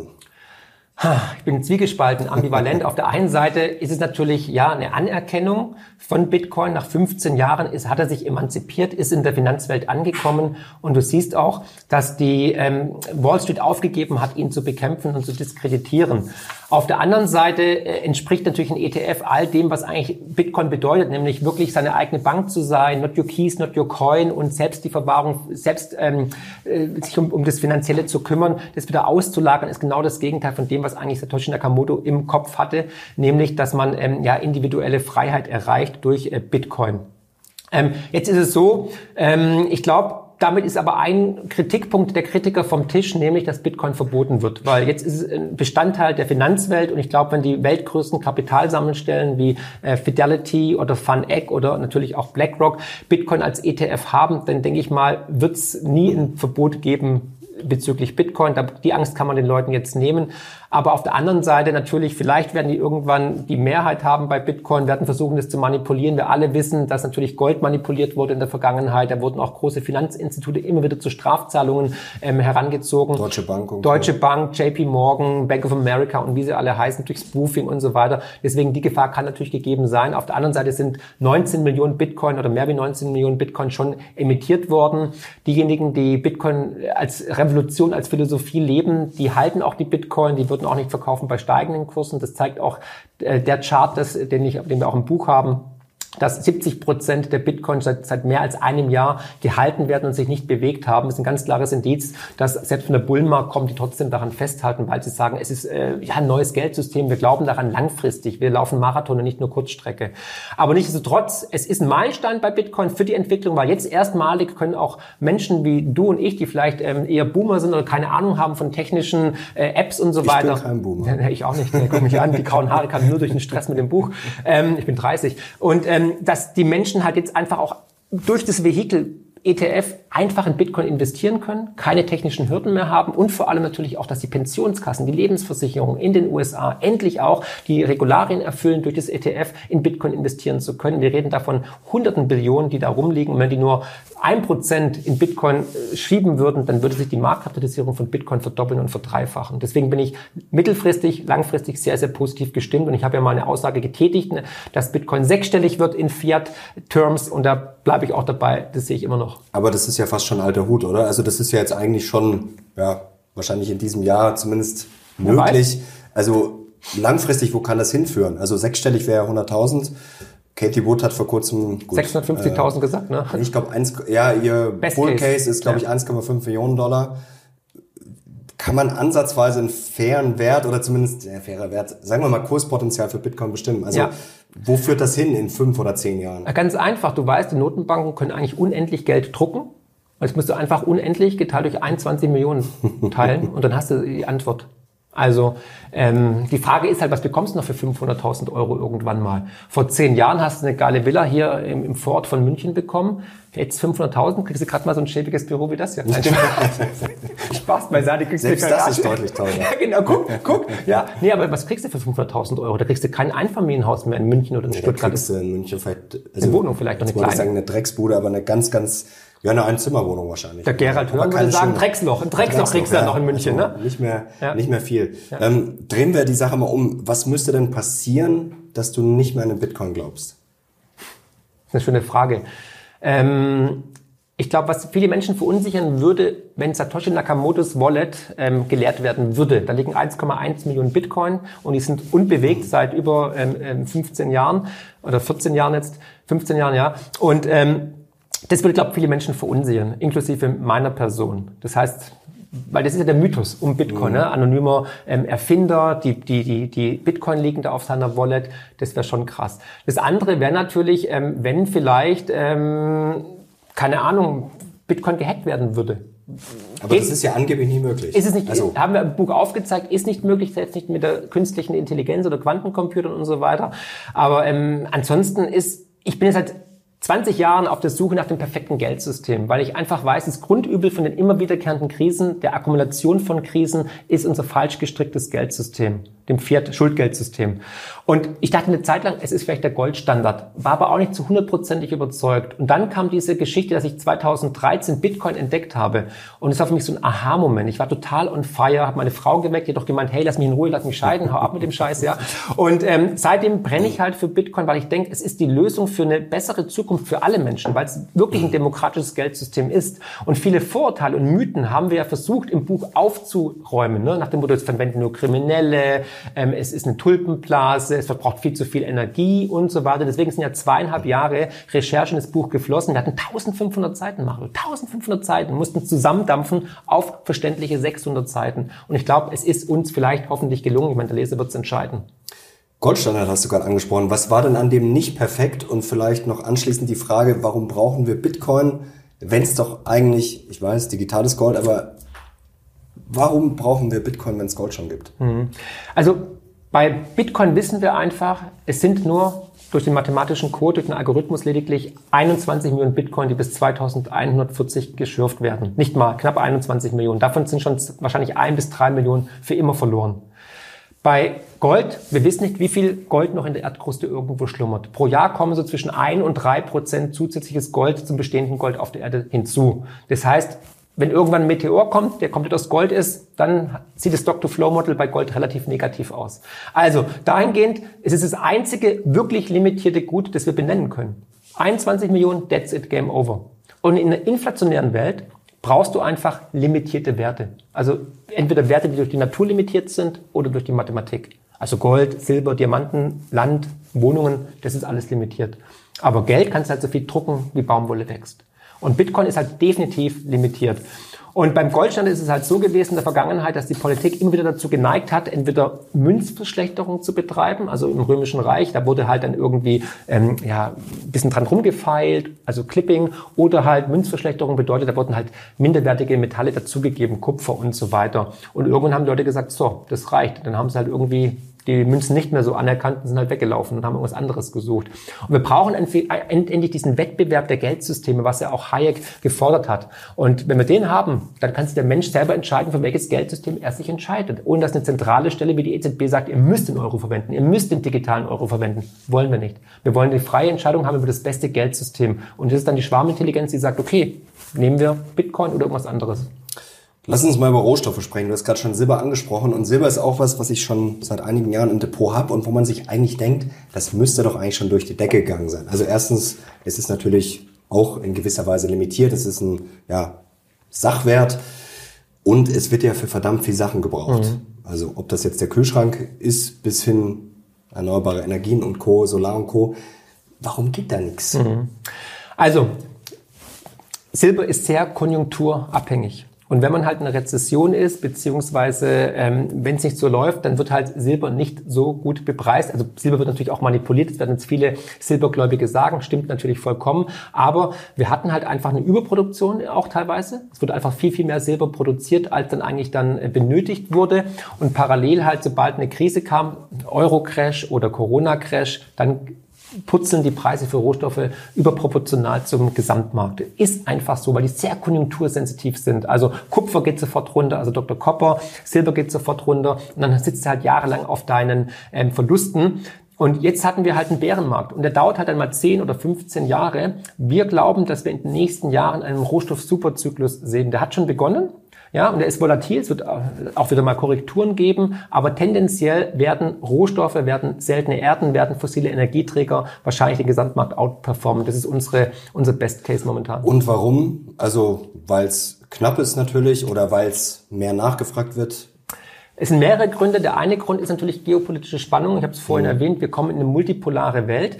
Ich bin zwiegespalten, ambivalent. Auf der einen Seite ist es natürlich ja eine Anerkennung von Bitcoin. Nach fünfzehn Jahren ist, hat er sich emanzipiert, ist in der Finanzwelt angekommen. Und du siehst auch, dass die ähm, Wall Street aufgegeben hat, ihn zu bekämpfen und zu diskreditieren. Auf der anderen Seite äh, entspricht natürlich ein E T F all dem, was eigentlich Bitcoin bedeutet, nämlich wirklich seine eigene Bank zu sein, not your keys, not your coin und selbst die Verwahrung, selbst ähm, äh, sich um, um das Finanzielle zu kümmern, das wieder auszulagern, ist genau das Gegenteil von dem, was eigentlich Satoshi Nakamoto im Kopf hatte, nämlich, dass man ähm, ja individuelle Freiheit erreicht durch äh, Bitcoin. Ähm, jetzt ist es so, ähm, ich glaube, damit ist aber ein Kritikpunkt der Kritiker vom Tisch, nämlich, dass Bitcoin verboten wird. Weil jetzt ist es ein Bestandteil der Finanzwelt und ich glaube, wenn die weltgrößten Kapitalsammelstellen wie äh, Fidelity oder FunEgg oder natürlich auch BlackRock Bitcoin als E T F haben, dann denke ich mal, wird es nie ein Verbot geben bezüglich Bitcoin. Die Angst kann man den Leuten jetzt nehmen. Aber auf der anderen Seite natürlich, vielleicht werden die irgendwann die Mehrheit haben bei Bitcoin, werden versuchen, das zu manipulieren. Wir alle wissen, dass natürlich Gold manipuliert wurde in der Vergangenheit. Da wurden auch große Finanzinstitute immer wieder zu Strafzahlungen ähm, herangezogen. Deutsche Bank. Und Deutsche so. Bank, J P Morgan, Bank of America und wie sie alle heißen, durch Spoofing und so weiter. Deswegen die Gefahr kann natürlich gegeben sein. Auf der anderen Seite sind neunzehn Millionen Bitcoin oder mehr wie neunzehn Millionen Bitcoin schon emittiert worden. Diejenigen, die Bitcoin als Revolution, als Philosophie leben, die halten auch die Bitcoin, die würden auch nicht verkaufen bei steigenden Kursen. Das zeigt auch äh, der Chart, das, den, ich, den wir auch im Buch haben, dass siebzig Prozent der Bitcoins seit, seit mehr als einem Jahr gehalten werden und sich nicht bewegt haben. Das ist ein ganz klares Indiz, dass selbst von der Bullenmarkt kommen, die trotzdem daran festhalten, weil sie sagen, es ist äh, ja ein neues Geldsystem, wir glauben daran langfristig, wir laufen Marathon und nicht nur Kurzstrecke. Aber nichtsdestotrotz, es ist ein Meilenstein bei Bitcoin für die Entwicklung, weil jetzt erstmalig können auch Menschen wie du und ich, die vielleicht ähm, eher Boomer sind oder keine Ahnung haben von technischen äh, Apps und so ich weiter. Ich bin kein Boomer. Ich auch nicht, guck mich an, die grauen Haare kamen nur durch den Stress mit dem Buch. Ähm, ich bin dreißig. Und ähm, dass die Menschen halt jetzt einfach auch durch das Vehikel E T F einfach in Bitcoin investieren können, keine technischen Hürden mehr haben und vor allem natürlich auch, dass die Pensionskassen, die Lebensversicherungen in den U S A endlich auch die Regularien erfüllen, durch das E T F in Bitcoin investieren zu können. Wir reden davon hunderten Billionen, die da rumliegen. Und wenn die nur ein Prozent in Bitcoin schieben würden, dann würde sich die Marktkapitalisierung von Bitcoin verdoppeln und verdreifachen. Deswegen bin ich mittelfristig, langfristig sehr, sehr positiv gestimmt. Und ich habe ja mal eine Aussage getätigt, dass Bitcoin sechsstellig wird in Fiat-Terms. Und da bleibe ich auch dabei. Das sehe ich immer noch. Aber das ist ja fast schon alter Hut, oder? Also das ist ja jetzt eigentlich schon, ja, wahrscheinlich in diesem Jahr zumindest möglich. Also langfristig, wo kann das hinführen? Also sechsstellig wäre ja hunderttausend. Katie Wood hat vor kurzem sechshundertfünfzigtausend äh, gesagt, ne? Ich glaube, ja, ihr Best Bull Case. Case ist, glaube ich, eins Komma fünf Millionen Dollar. Kann man ansatzweise einen fairen Wert oder zumindest, ja, fairer Wert, sagen wir mal, Kurspotenzial für Bitcoin bestimmen? Also ja. Wo führt das hin in fünf oder zehn Jahren? Ganz einfach. Du weißt, die Notenbanken können eigentlich unendlich Geld drucken. Jetzt musst du einfach unendlich geteilt durch einundzwanzig Millionen teilen und dann hast du die Antwort. Also ähm, die Frage ist halt, was bekommst du noch für fünfhunderttausend Euro irgendwann mal? Vor zehn Jahren hast du eine geile Villa hier im, im Vorort von München bekommen. Jetzt fünfhunderttausend, kriegst du gerade mal so ein schäbiges Büro wie das hier. Nein, Spaß beiseite. Kriegst Selbst du das ist deutlich teurer. Ja, genau, guck, guck. Ja, nee, aber was kriegst du für fünfhunderttausend Euro? Da kriegst du kein Einfamilienhaus mehr in München oder in nee, Stuttgart. Da kriegst du in München vielleicht, also eine Wohnung vielleicht noch eine kleine. Ich kleine. sagen, eine Drecksbude, aber eine ganz, ganz, ja, eine Einzimmerwohnung wahrscheinlich. Der Gerald Hörn würde sagen, Drecksloch. Ein Drecksloch kriegst du ja noch in München, also ne? Nicht mehr, ja. nicht mehr viel. Ja. Ähm, drehen wir die Sache mal um. Was müsste denn passieren, dass du nicht mehr an den Bitcoin glaubst? Das ist eine schöne Frage. Ähm, ich glaube, was viele Menschen verunsichern würde, wenn Satoshi Nakamotos Wallet ähm, geleert werden würde. Da liegen eins Komma eins Millionen Bitcoin und die sind unbewegt seit über ähm, fünfzehn Jahren oder vierzehn Jahren jetzt, fünfzehn Jahren, ja. Und ähm, das würde, glaube ich, viele Menschen verunsichern, inklusive meiner Person. Das heißt, weil das ist ja der Mythos um Bitcoin, mhm. ne? Anonymer ähm, Erfinder, die, die, die, die Bitcoin liegen da auf seiner Wallet, das wäre schon krass. Das andere wäre natürlich, ähm, wenn vielleicht, ähm, keine Ahnung, Bitcoin gehackt werden würde. Aber Geht, das ist ja angeblich nicht möglich. Ist es nicht, also. Haben wir im Buch aufgezeigt, ist nicht möglich, selbst nicht mit der künstlichen Intelligenz oder Quantencomputern und so weiter. Aber ähm, ansonsten ist, ich bin jetzt halt zwanzig Jahren auf der Suche nach dem perfekten Geldsystem, weil ich einfach weiß, das Grundübel von den immer wiederkehrenden Krisen, der Akkumulation von Krisen, ist unser falsch gestricktes Geldsystem, dem Fiat-Schuldgeldsystem. Und ich dachte eine Zeit lang, es ist vielleicht der Goldstandard, war aber auch nicht zu hundertprozentig überzeugt. Und dann kam diese Geschichte, dass ich zweitausenddreizehn Bitcoin entdeckt habe. Und es war für mich so ein Aha-Moment. Ich war total on fire, habe meine Frau geweckt, die hat doch gemeint, hey, lass mich in Ruhe, lass mich scheiden, hau ab mit dem Scheiß, ja. Und ähm, seitdem brenne ich halt für Bitcoin, weil ich denke, es ist die Lösung für eine bessere Zukunft für alle Menschen, weil es wirklich ein demokratisches Geldsystem ist. Und viele Vorurteile und Mythen haben wir ja versucht, im Buch aufzuräumen, ne? Nach dem Motto, es verwenden nur Kriminelle, ähm, es ist eine Tulpenblase, es verbraucht viel zu viel Energie und so weiter. Deswegen sind ja zweieinhalb Jahre Recherche in das Buch geflossen. Wir hatten eintausendfünfhundert Seiten, Mario, eintausendfünfhundert Seiten, mussten zusammendampfen auf verständliche sechshundert Seiten. Und ich glaube, es ist uns vielleicht hoffentlich gelungen. Ich meine, der Leser wird es entscheiden. Goldstandard hast du gerade angesprochen. Was war denn an dem nicht perfekt? Und vielleicht noch anschließend die Frage, warum brauchen wir Bitcoin, wenn es doch eigentlich, ich weiß, digitales Gold, aber warum brauchen wir Bitcoin, wenn es Gold schon gibt? Also bei Bitcoin wissen wir einfach, es sind nur durch den mathematischen Code, durch den Algorithmus lediglich einundzwanzig Millionen Bitcoin, die bis zweitausendeinhundertvierzig geschürft werden. Nicht mal, knapp einundzwanzig Millionen. Davon sind schon wahrscheinlich ein bis drei Millionen für immer verloren. Bei Gold, wir wissen nicht, wie viel Gold noch in der Erdkruste irgendwo schlummert. Pro Jahr kommen so zwischen ein und drei Prozent zusätzliches Gold zum bestehenden Gold auf der Erde hinzu. Das heißt, wenn irgendwann ein Meteor kommt, der komplett aus Gold ist, dann sieht das Doctor-Flow-Model bei Gold relativ negativ aus. Also dahingehend, es ist das einzige wirklich limitierte Gut, das wir benennen können. einundzwanzig Millionen, that's it, game over. Und in einer inflationären Welt brauchst du einfach limitierte Werte. Also entweder Werte, die durch die Natur limitiert sind oder durch die Mathematik. Also Gold, Silber, Diamanten, Land, Wohnungen, das ist alles limitiert. Aber Geld kannst du halt so viel drucken, wie Baumwolle wächst. Und Bitcoin ist halt definitiv limitiert. Und beim Goldstandard ist es halt so gewesen in der Vergangenheit, dass die Politik immer wieder dazu geneigt hat, entweder Münzverschlechterung zu betreiben, also im Römischen Reich, da wurde halt dann irgendwie ähm, ja ein bisschen dran rumgefeilt, also Clipping, oder halt Münzverschlechterung bedeutet, da wurden halt minderwertige Metalle dazugegeben, Kupfer und so weiter. Und irgendwann haben die Leute gesagt, so, das reicht. Dann haben sie halt irgendwie die Münzen nicht mehr so anerkannt und sind halt weggelaufen und haben irgendwas anderes gesucht. Und wir brauchen endlich diesen Wettbewerb der Geldsysteme, was ja auch Hayek gefordert hat. Und wenn wir den haben, dann kann sich der Mensch selber entscheiden, für welches Geldsystem er sich entscheidet. Ohne dass eine zentrale Stelle wie die E Z B sagt, ihr müsst den Euro verwenden, ihr müsst den digitalen Euro verwenden. Wollen wir nicht. Wir wollen die freie Entscheidung haben über das beste Geldsystem. Und das ist dann die Schwarmintelligenz, die sagt, okay, nehmen wir Bitcoin oder irgendwas anderes. Lass uns mal über Rohstoffe sprechen. Du hast gerade schon Silber angesprochen. Und Silber ist auch was, was ich schon seit einigen Jahren im Depot habe und wo man sich eigentlich denkt, das müsste doch eigentlich schon durch die Decke gegangen sein. Also erstens, es ist natürlich auch in gewisser Weise limitiert. Es ist ein ja, Sachwert und es wird ja für verdammt viel Sachen gebraucht. Mhm. Also ob das jetzt der Kühlschrank ist, bis hin erneuerbare Energien und Co., Solar und Co. Warum geht da nichts? Mhm. Also, Silber ist sehr konjunkturabhängig. Und wenn man halt in einer Rezession ist, beziehungsweise ähm, wenn es nicht so läuft, dann wird halt Silber nicht so gut bepreist. Also Silber wird natürlich auch manipuliert, das werden jetzt viele Silbergläubige sagen, stimmt natürlich vollkommen. Aber wir hatten halt einfach eine Überproduktion auch teilweise. Es wurde einfach viel, viel mehr Silber produziert, als dann eigentlich dann äh, benötigt wurde. Und parallel halt, sobald eine Krise kam, Euro-Crash oder Corona-Crash, dann putzeln die Preise für Rohstoffe überproportional zum Gesamtmarkt. Ist einfach so, weil die sehr konjunktursensitiv sind. Also Kupfer geht sofort runter, also Doktor Copper, Silber geht sofort runter und dann sitzt du halt jahrelang auf deinen ähm, Verlusten. Und jetzt hatten wir halt einen Bärenmarkt und der dauert halt einmal zehn oder fünfzehn Jahre. Wir glauben, dass wir in den nächsten Jahren einen Rohstoff-Superzyklus sehen. Der hat schon begonnen. Ja, und der ist volatil, es wird auch wieder mal Korrekturen geben, aber tendenziell werden Rohstoffe, werden seltene Erden, werden fossile Energieträger wahrscheinlich den Gesamtmarkt outperformen. Das ist unsere, unser Best Case momentan. Und warum? Also, weil es knapp ist natürlich oder weil es mehr nachgefragt wird? Es sind mehrere Gründe. Der eine Grund ist natürlich geopolitische Spannung. Ich habe es vorhin mhm. erwähnt, wir kommen in eine multipolare Welt.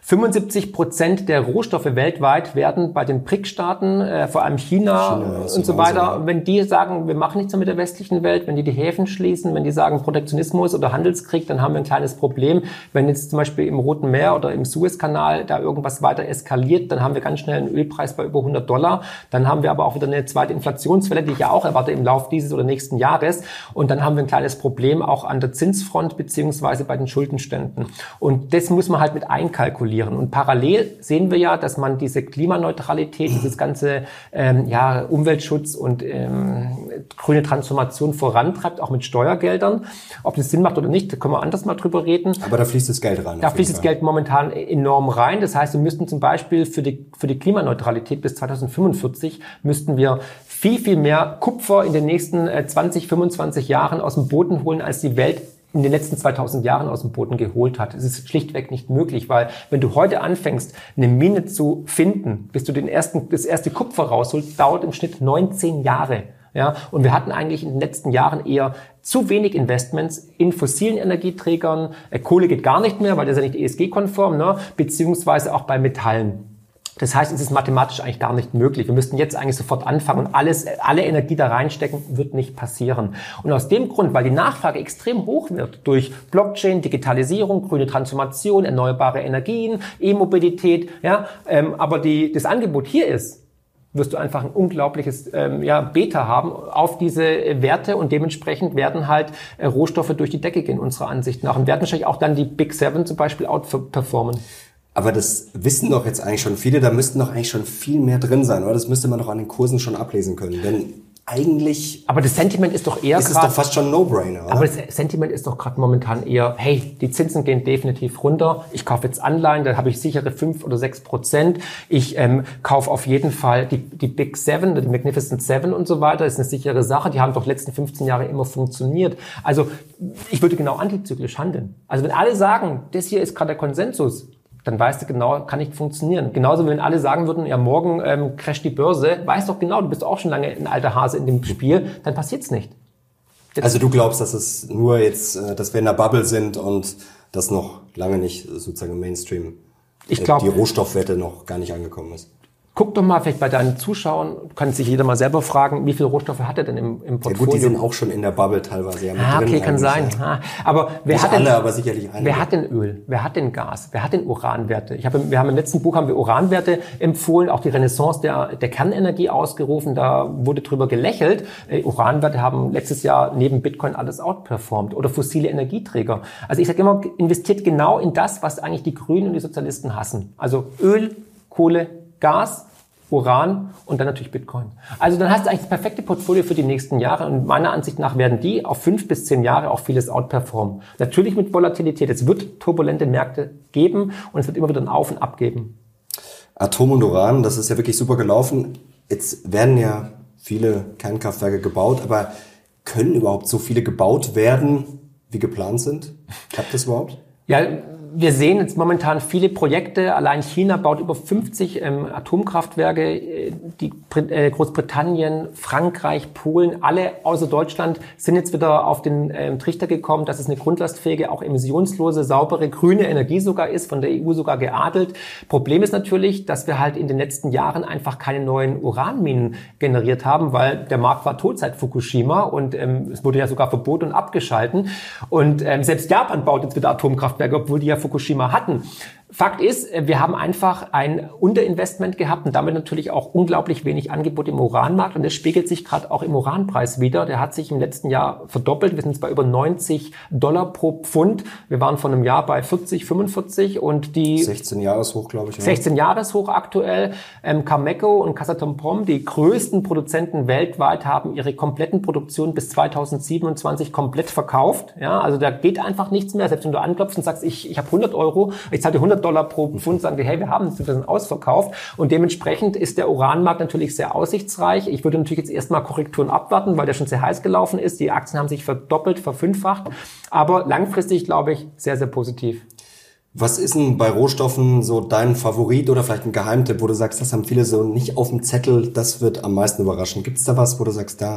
fünfundsiebzig Prozent der Rohstoffe weltweit werden bei den B R I C-Staaten, äh, vor allem China, China und so weiter, Wahnsinn, ja. Wenn die sagen, wir machen nichts mehr mit der westlichen Welt, wenn die die Häfen schließen, wenn die sagen Protektionismus oder Handelskrieg, dann haben wir ein kleines Problem. Wenn jetzt zum Beispiel im Roten Meer oder im Suezkanal da irgendwas weiter eskaliert, dann haben wir ganz schnell einen Ölpreis bei über hundert Dollar. Dann haben wir aber auch wieder eine zweite Inflationswelle, die ich ja auch erwarte im Laufe dieses oder nächsten Jahres. Und dann haben wir ein kleines Problem auch an der Zinsfront beziehungsweise bei den Schuldenständen. Und das muss man halt mit einkalkulieren. Und parallel sehen wir ja, dass man diese Klimaneutralität, dieses ganze ähm, ja, Umweltschutz und ähm, grüne Transformation vorantreibt, auch mit Steuergeldern. Ob das Sinn macht oder nicht, da können wir anders mal drüber reden. Aber da fließt das Geld rein. Da fließt das Geld momentan enorm rein. Das heißt, wir müssten zum Beispiel für die, für die Klimaneutralität bis zweitausendfünfundvierzig müssten wir viel, viel mehr Kupfer in den nächsten äh, zwanzig, fünfundzwanzig Jahren aus dem Boden holen, als die Welt in den letzten zweitausend Jahren aus dem Boden geholt hat. Es ist schlichtweg nicht möglich, weil wenn du heute anfängst, eine Mine zu finden, bis du den ersten, das erste Kupfer rausholst, dauert im Schnitt neunzehn Jahre. Ja, und wir hatten eigentlich in den letzten Jahren eher zu wenig Investments in fossilen Energieträgern. Äh, Kohle geht gar nicht mehr, weil das ist ja nicht E S G-konform, ne? Beziehungsweise auch bei Metallen. Das heißt, es ist mathematisch eigentlich gar nicht möglich. Wir müssten jetzt eigentlich sofort anfangen und alles, alle Energie da reinstecken, wird nicht passieren. Und aus dem Grund, weil die Nachfrage extrem hoch wird durch Blockchain, Digitalisierung, grüne Transformation, erneuerbare Energien, E-Mobilität, ja, ähm, aber die, das Angebot hier ist, wirst du einfach ein unglaubliches ähm, ja, Beta haben auf diese äh, Werte und dementsprechend werden halt äh, Rohstoffe durch die Decke gehen, unserer Ansicht nach. Und werden wahrscheinlich auch dann die Big Seven zum Beispiel outperformen. Aber das wissen doch jetzt eigentlich schon viele, da müssten doch eigentlich schon viel mehr drin sein, oder? Das müsste man doch an den Kursen schon ablesen können, denn eigentlich... Aber das Sentiment ist doch eher ist es doch fast schon ein No-Brainer, oder? Aber das Sentiment ist doch gerade momentan eher, hey, die Zinsen gehen definitiv runter, ich kaufe jetzt Anleihen, da habe ich sichere fünf oder sechs Prozent, ich ähm, kaufe auf jeden Fall die, die Big Seven, die Magnificent Seven und so weiter, das ist eine sichere Sache, die haben doch letzten fünfzehn Jahre immer funktioniert. Also ich würde genau antizyklisch handeln. Also wenn alle sagen, das hier ist gerade der Konsensus, dann weißt du genau, kann nicht funktionieren. Genauso wie wenn alle sagen würden, ja morgen ähm, crasht die Börse, weißt doch genau, du bist auch schon lange ein alter Hase in dem Spiel, dann passiert's nicht. Jetzt also du glaubst, dass es nur jetzt, äh, dass wir in der Bubble sind und das noch lange nicht sozusagen im Mainstream, ich glaub, die Rohstoffwette noch gar nicht angekommen ist? Guck doch mal vielleicht bei deinen Zuschauern, kann sich jeder mal selber fragen, wie viele Rohstoffe hat er denn im, im Portfolio? Ja gut, die sind auch schon in der Bubble teilweise. Ja, mit ah, drin okay, kann sein. Ja. Ah, aber wer Nicht hat alle, denn, aber sicherlich einige. Wer hat denn Öl? Wer hat denn Gas? Wer hat denn Uranwerte? Ich habe, wir haben im letzten Buch haben wir Uranwerte empfohlen, auch die Renaissance der, der Kernenergie ausgerufen. Da wurde drüber gelächelt. Äh, Uranwerte haben letztes Jahr neben Bitcoin alles outperformt oder fossile Energieträger. Also ich sage immer, investiert genau in das, was eigentlich die Grünen und die Sozialisten hassen. Also Öl, Kohle, Gas, Uran und dann natürlich Bitcoin. Also dann hast du eigentlich das perfekte Portfolio für die nächsten Jahre und meiner Ansicht nach werden die auf fünf bis zehn Jahre auch vieles outperformen. Natürlich mit Volatilität. Es wird turbulente Märkte geben und es wird immer wieder ein Auf und Ab geben. Atom und Uran, das ist ja wirklich super gelaufen. Jetzt werden ja viele Kernkraftwerke gebaut, aber können überhaupt so viele gebaut werden, wie geplant sind? Klappt das überhaupt? Ja, wir sehen jetzt momentan viele Projekte. Allein China baut über fünfzig ähm, Atomkraftwerke. Die äh, Großbritannien, Frankreich, Polen, alle außer Deutschland sind jetzt wieder auf den ähm, Trichter gekommen, dass es eine grundlastfähige, auch emissionslose, saubere, grüne Energie sogar ist, von der E U sogar geadelt. Problem ist natürlich, dass wir halt in den letzten Jahren einfach keine neuen Uranminen generiert haben, weil der Markt war tot seit Fukushima und ähm, es wurde ja sogar verboten und abgeschalten. Und ähm, selbst Japan baut jetzt wieder Atomkraftwerke, obwohl die ja Fukushima hatten. Fakt ist, wir haben einfach ein Unterinvestment gehabt und damit natürlich auch unglaublich wenig Angebot im Uranmarkt und das spiegelt sich gerade auch im Uranpreis wieder. Der hat sich im letzten Jahr verdoppelt. Wir sind jetzt bei über neunzig Dollar pro Pfund. Wir waren vor einem Jahr bei vierzig, fünfundvierzig und die sechzehn Jahreshoch, glaube ich. Ja. sechzehn Jahreshoch aktuell. Ähm, Cameco und Kazatomprom, die größten Produzenten weltweit, haben ihre kompletten Produktionen bis zweitausendsiebenundzwanzig komplett verkauft. Ja, also da geht einfach nichts mehr. Selbst wenn du anklopfst und sagst, ich, ich habe hundert Euro, ich zahle dir hundert Dollar pro Pfund, sagen die, hey, wir haben es, wir sind ausverkauft. Und dementsprechend ist der Uranmarkt natürlich sehr aussichtsreich. Ich würde natürlich jetzt erstmal Korrekturen abwarten, weil der schon sehr heiß gelaufen ist. Die Aktien haben sich verdoppelt, verfünffacht. Aber langfristig, glaube ich, sehr, sehr positiv. Was ist denn bei Rohstoffen so dein Favorit oder vielleicht ein Geheimtipp, wo du sagst, das haben viele so nicht auf dem Zettel, das wird am meisten überraschen. Gibt es da was, wo du sagst, da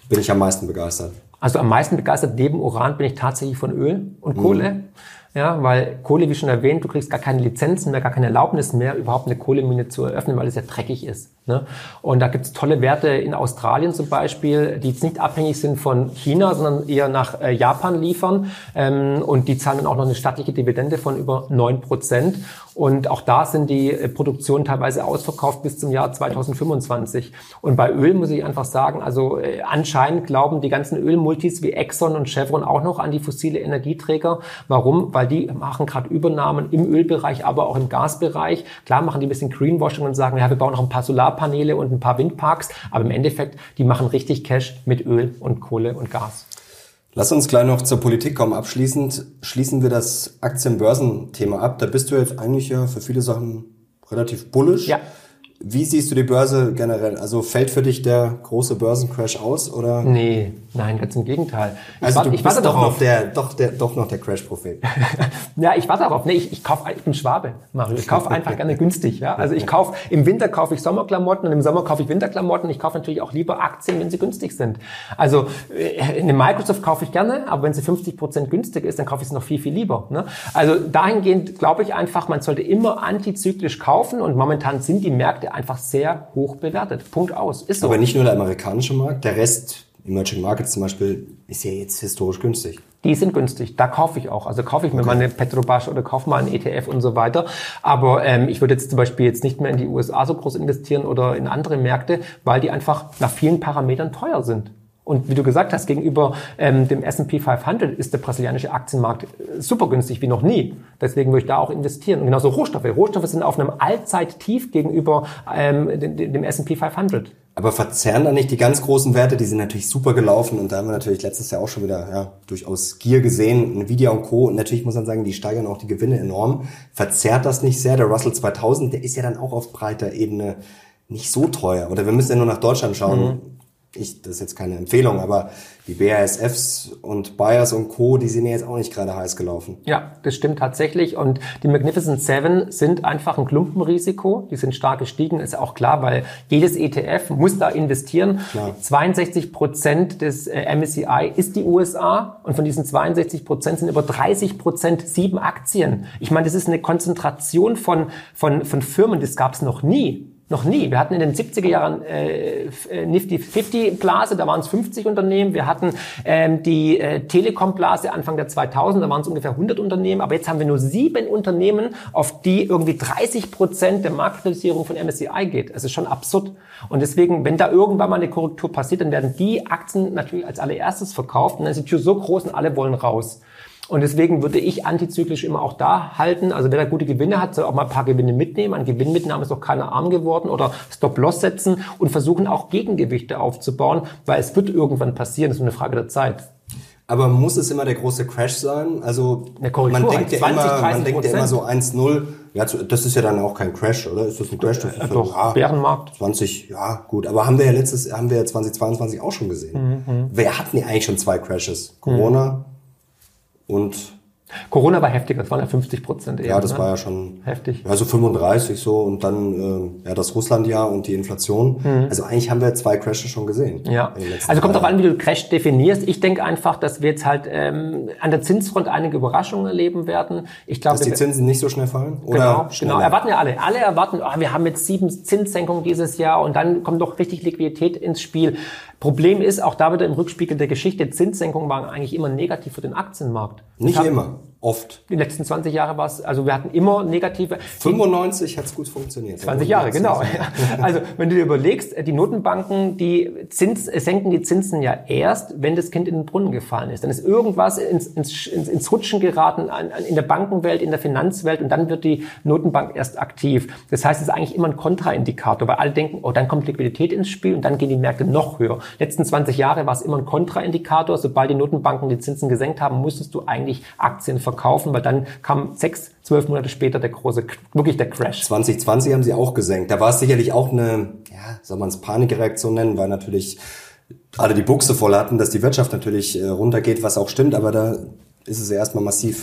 bin ich am meisten begeistert? Also am meisten begeistert neben Uran bin ich tatsächlich von Öl und Kohle. Mhm. Ja, weil Kohle, wie schon erwähnt, du kriegst gar keine Lizenzen mehr, gar keine Erlaubnis mehr, überhaupt eine Kohlemine zu eröffnen, weil es ja dreckig ist. Ne? Und da gibt es tolle Werte in Australien zum Beispiel, die jetzt nicht abhängig sind von China, sondern eher nach äh, Japan liefern. Ähm, und die zahlen dann auch noch eine stattliche Dividende von über neun Prozent. Und auch da sind die äh, Produktionen teilweise ausverkauft bis zum Jahr zweitausendfünfundzwanzig. Und bei Öl muss ich einfach sagen, also äh, anscheinend glauben die ganzen Ölmultis wie Exxon und Chevron auch noch an die fossile Energieträger. Warum? Weil die machen gerade Übernahmen im Ölbereich, aber auch im Gasbereich. Klar machen die ein bisschen Greenwashing und sagen, ja, wir bauen noch ein paar Solarpaneele und ein paar Windparks, aber im Endeffekt, die machen richtig Cash mit Öl und Kohle und Gas. Lass uns gleich noch zur Politik kommen. Abschließend schließen wir das Aktien-Börsen-Thema ab. Da bist du jetzt eigentlich ja für viele Sachen relativ bullish. Ja. Wie siehst du die Börse generell? Also fällt für dich der große Börsencrash aus, oder? Nee, nein, ganz im Gegenteil. Ich also warte, du ich bist warte doch darauf. noch der, doch der, doch noch der Crash-Prophet. Ja, ich warte darauf. Nee, ich, ich kaufe, ich bin Schwabe, Mario. Ich kaufe einfach gerne günstig. Ja, also ich kaufe im Winter kaufe ich Sommerklamotten und im Sommer kaufe ich Winterklamotten. Ich kaufe natürlich auch lieber Aktien, wenn sie günstig sind. Also eine Microsoft kaufe ich gerne, aber wenn sie fünfzig Prozent günstiger ist, dann kaufe ich sie noch viel viel lieber. Ne? Also dahingehend glaube ich einfach, man sollte immer antizyklisch kaufen und momentan sind die Märkte einfach sehr hoch bewertet. Punkt aus. Ist so. Aber nicht nur der amerikanische Markt, der Rest, Emerging Markets zum Beispiel, ist ja jetzt historisch günstig. Die sind günstig, da kaufe ich auch. Also kaufe ich mir okay. mal eine Petrobash oder kaufe mal einen E T F und so weiter. Aber ähm, ich würde jetzt zum Beispiel jetzt nicht mehr in die U S A so groß investieren oder in andere Märkte, weil die einfach nach vielen Parametern teuer sind. Und wie du gesagt hast, gegenüber ähm, dem S and P fünfhundert ist der brasilianische Aktienmarkt super günstig wie noch nie. Deswegen würde ich da auch investieren. Und genauso Rohstoffe. Rohstoffe sind auf einem Allzeittief gegenüber ähm, dem, dem S and P fünfhundert. Aber verzerren da nicht die ganz großen Werte? Die sind natürlich super gelaufen und da haben wir natürlich letztes Jahr auch schon wieder ja, durchaus Gier gesehen, Nvidia und Co. Und natürlich muss man sagen, die steigern auch die Gewinne enorm. Verzerrt das nicht sehr? Der Russell zweitausend, der ist ja dann auch auf breiter Ebene nicht so teuer. Oder wir müssen ja nur nach Deutschland schauen. Mhm. Ich, das ist jetzt keine Empfehlung, aber die B A S Fs und Bayers und Co., die sind ja jetzt auch nicht gerade heiß gelaufen. Ja, das stimmt tatsächlich. Und die Magnificent Seven sind einfach ein Klumpenrisiko. Die sind stark gestiegen, ist auch klar, weil jedes E T F muss da investieren. Klar. zweiundsechzig Prozent des äh, M S C I ist die U S A und von diesen zweiundsechzig Prozent sind über dreißig Prozent sieben Aktien. Ich meine, das ist eine Konzentration von, von, von Firmen, das gab es noch nie. Noch nie. Wir hatten in den siebziger Jahren äh, Nifty fünfzig Blase, da waren es fünfzig Unternehmen. Wir hatten ähm, die äh, Telekom Blase Anfang der zweitausend, da waren es ungefähr hundert Unternehmen. Aber jetzt haben wir nur sieben Unternehmen, auf die irgendwie dreißig Prozent der Marktkapitalisierung von M S C I geht. Das ist schon absurd. Und deswegen, wenn da irgendwann mal eine Korrektur passiert, dann werden die Aktien natürlich als allererstes verkauft. Und dann ist die Tür so groß und alle wollen raus. Und deswegen würde ich antizyklisch immer auch da halten. Also wer da gute Gewinne hat, soll auch mal ein paar Gewinne mitnehmen. An Gewinnmitnahme ist doch keiner arm geworden. Oder Stop-Loss setzen und versuchen auch Gegengewichte aufzubauen, weil es wird irgendwann passieren. Das ist nur eine Frage der Zeit. Aber muss es immer der große Crash sein? Also man denkt ja zwanzig, immer, man dreißig denkt ja immer so eins null. Ja, das ist ja dann auch kein Crash, oder? Ist das ein Crash? Das ist ja, doch, ja, Bärenmarkt. zwanzig, ja, gut. Aber haben wir ja letztes, haben wir zwanzig zweiundzwanzig auch schon gesehen. Mhm. Wer hatten ja eigentlich schon zwei Crashes? Corona mhm. und Corona war heftiger, das waren ja fünfzig Prozent eher. Ja, das ne? war ja schon heftig. Also fünfunddreißig so und dann äh, ja das Russland-Jahr und die Inflation. Mhm. Also eigentlich haben wir zwei Crashes schon gesehen. Ja, also kommt drauf an, wie du Crash definierst. Ich denke einfach, dass wir jetzt halt ähm, an der Zinsfront einige Überraschungen erleben werden. Ich glaube, dass die Zinsen nicht so schnell fallen? Oder genau, schneller? Genau, erwarten ja alle. Alle erwarten, oh, wir haben jetzt sieben Zinssenkungen dieses Jahr und dann kommt doch richtig Liquidität ins Spiel. Problem ist, auch da wieder im Rückspiegel der Geschichte, Zinssenkungen waren eigentlich immer negativ für den Aktienmarkt. Nicht haben, immer, oft. Die letzten zwanzig Jahre war es, also wir hatten immer negative. fünfundneunzig hat es gut funktioniert. zwanzig Jahre, genau. Also wenn du dir überlegst, die Notenbanken, die Zins, senken die Zinsen ja erst, wenn das Kind in den Brunnen gefallen ist. Dann ist irgendwas ins, ins, ins Rutschen geraten an, an, in der Bankenwelt, in der Finanzwelt und dann wird die Notenbank erst aktiv. Das heißt, es ist eigentlich immer ein Kontraindikator, weil alle denken, oh, dann kommt Liquidität ins Spiel und dann gehen die Märkte noch höher. Letzten zwanzig Jahre war es immer ein Kontraindikator. Sobald die Notenbanken die Zinsen gesenkt haben, musstest du eigentlich Aktien verkaufen, weil dann kam sechs, zwölf Monate später der große, wirklich der Crash. zwanzig zwanzig haben sie auch gesenkt. Da war es sicherlich auch eine, ja, soll man es Panikreaktion nennen, weil natürlich alle die Buchse voll hatten, dass die Wirtschaft natürlich äh, runtergeht, was auch stimmt, aber da ist es ja erstmal massiv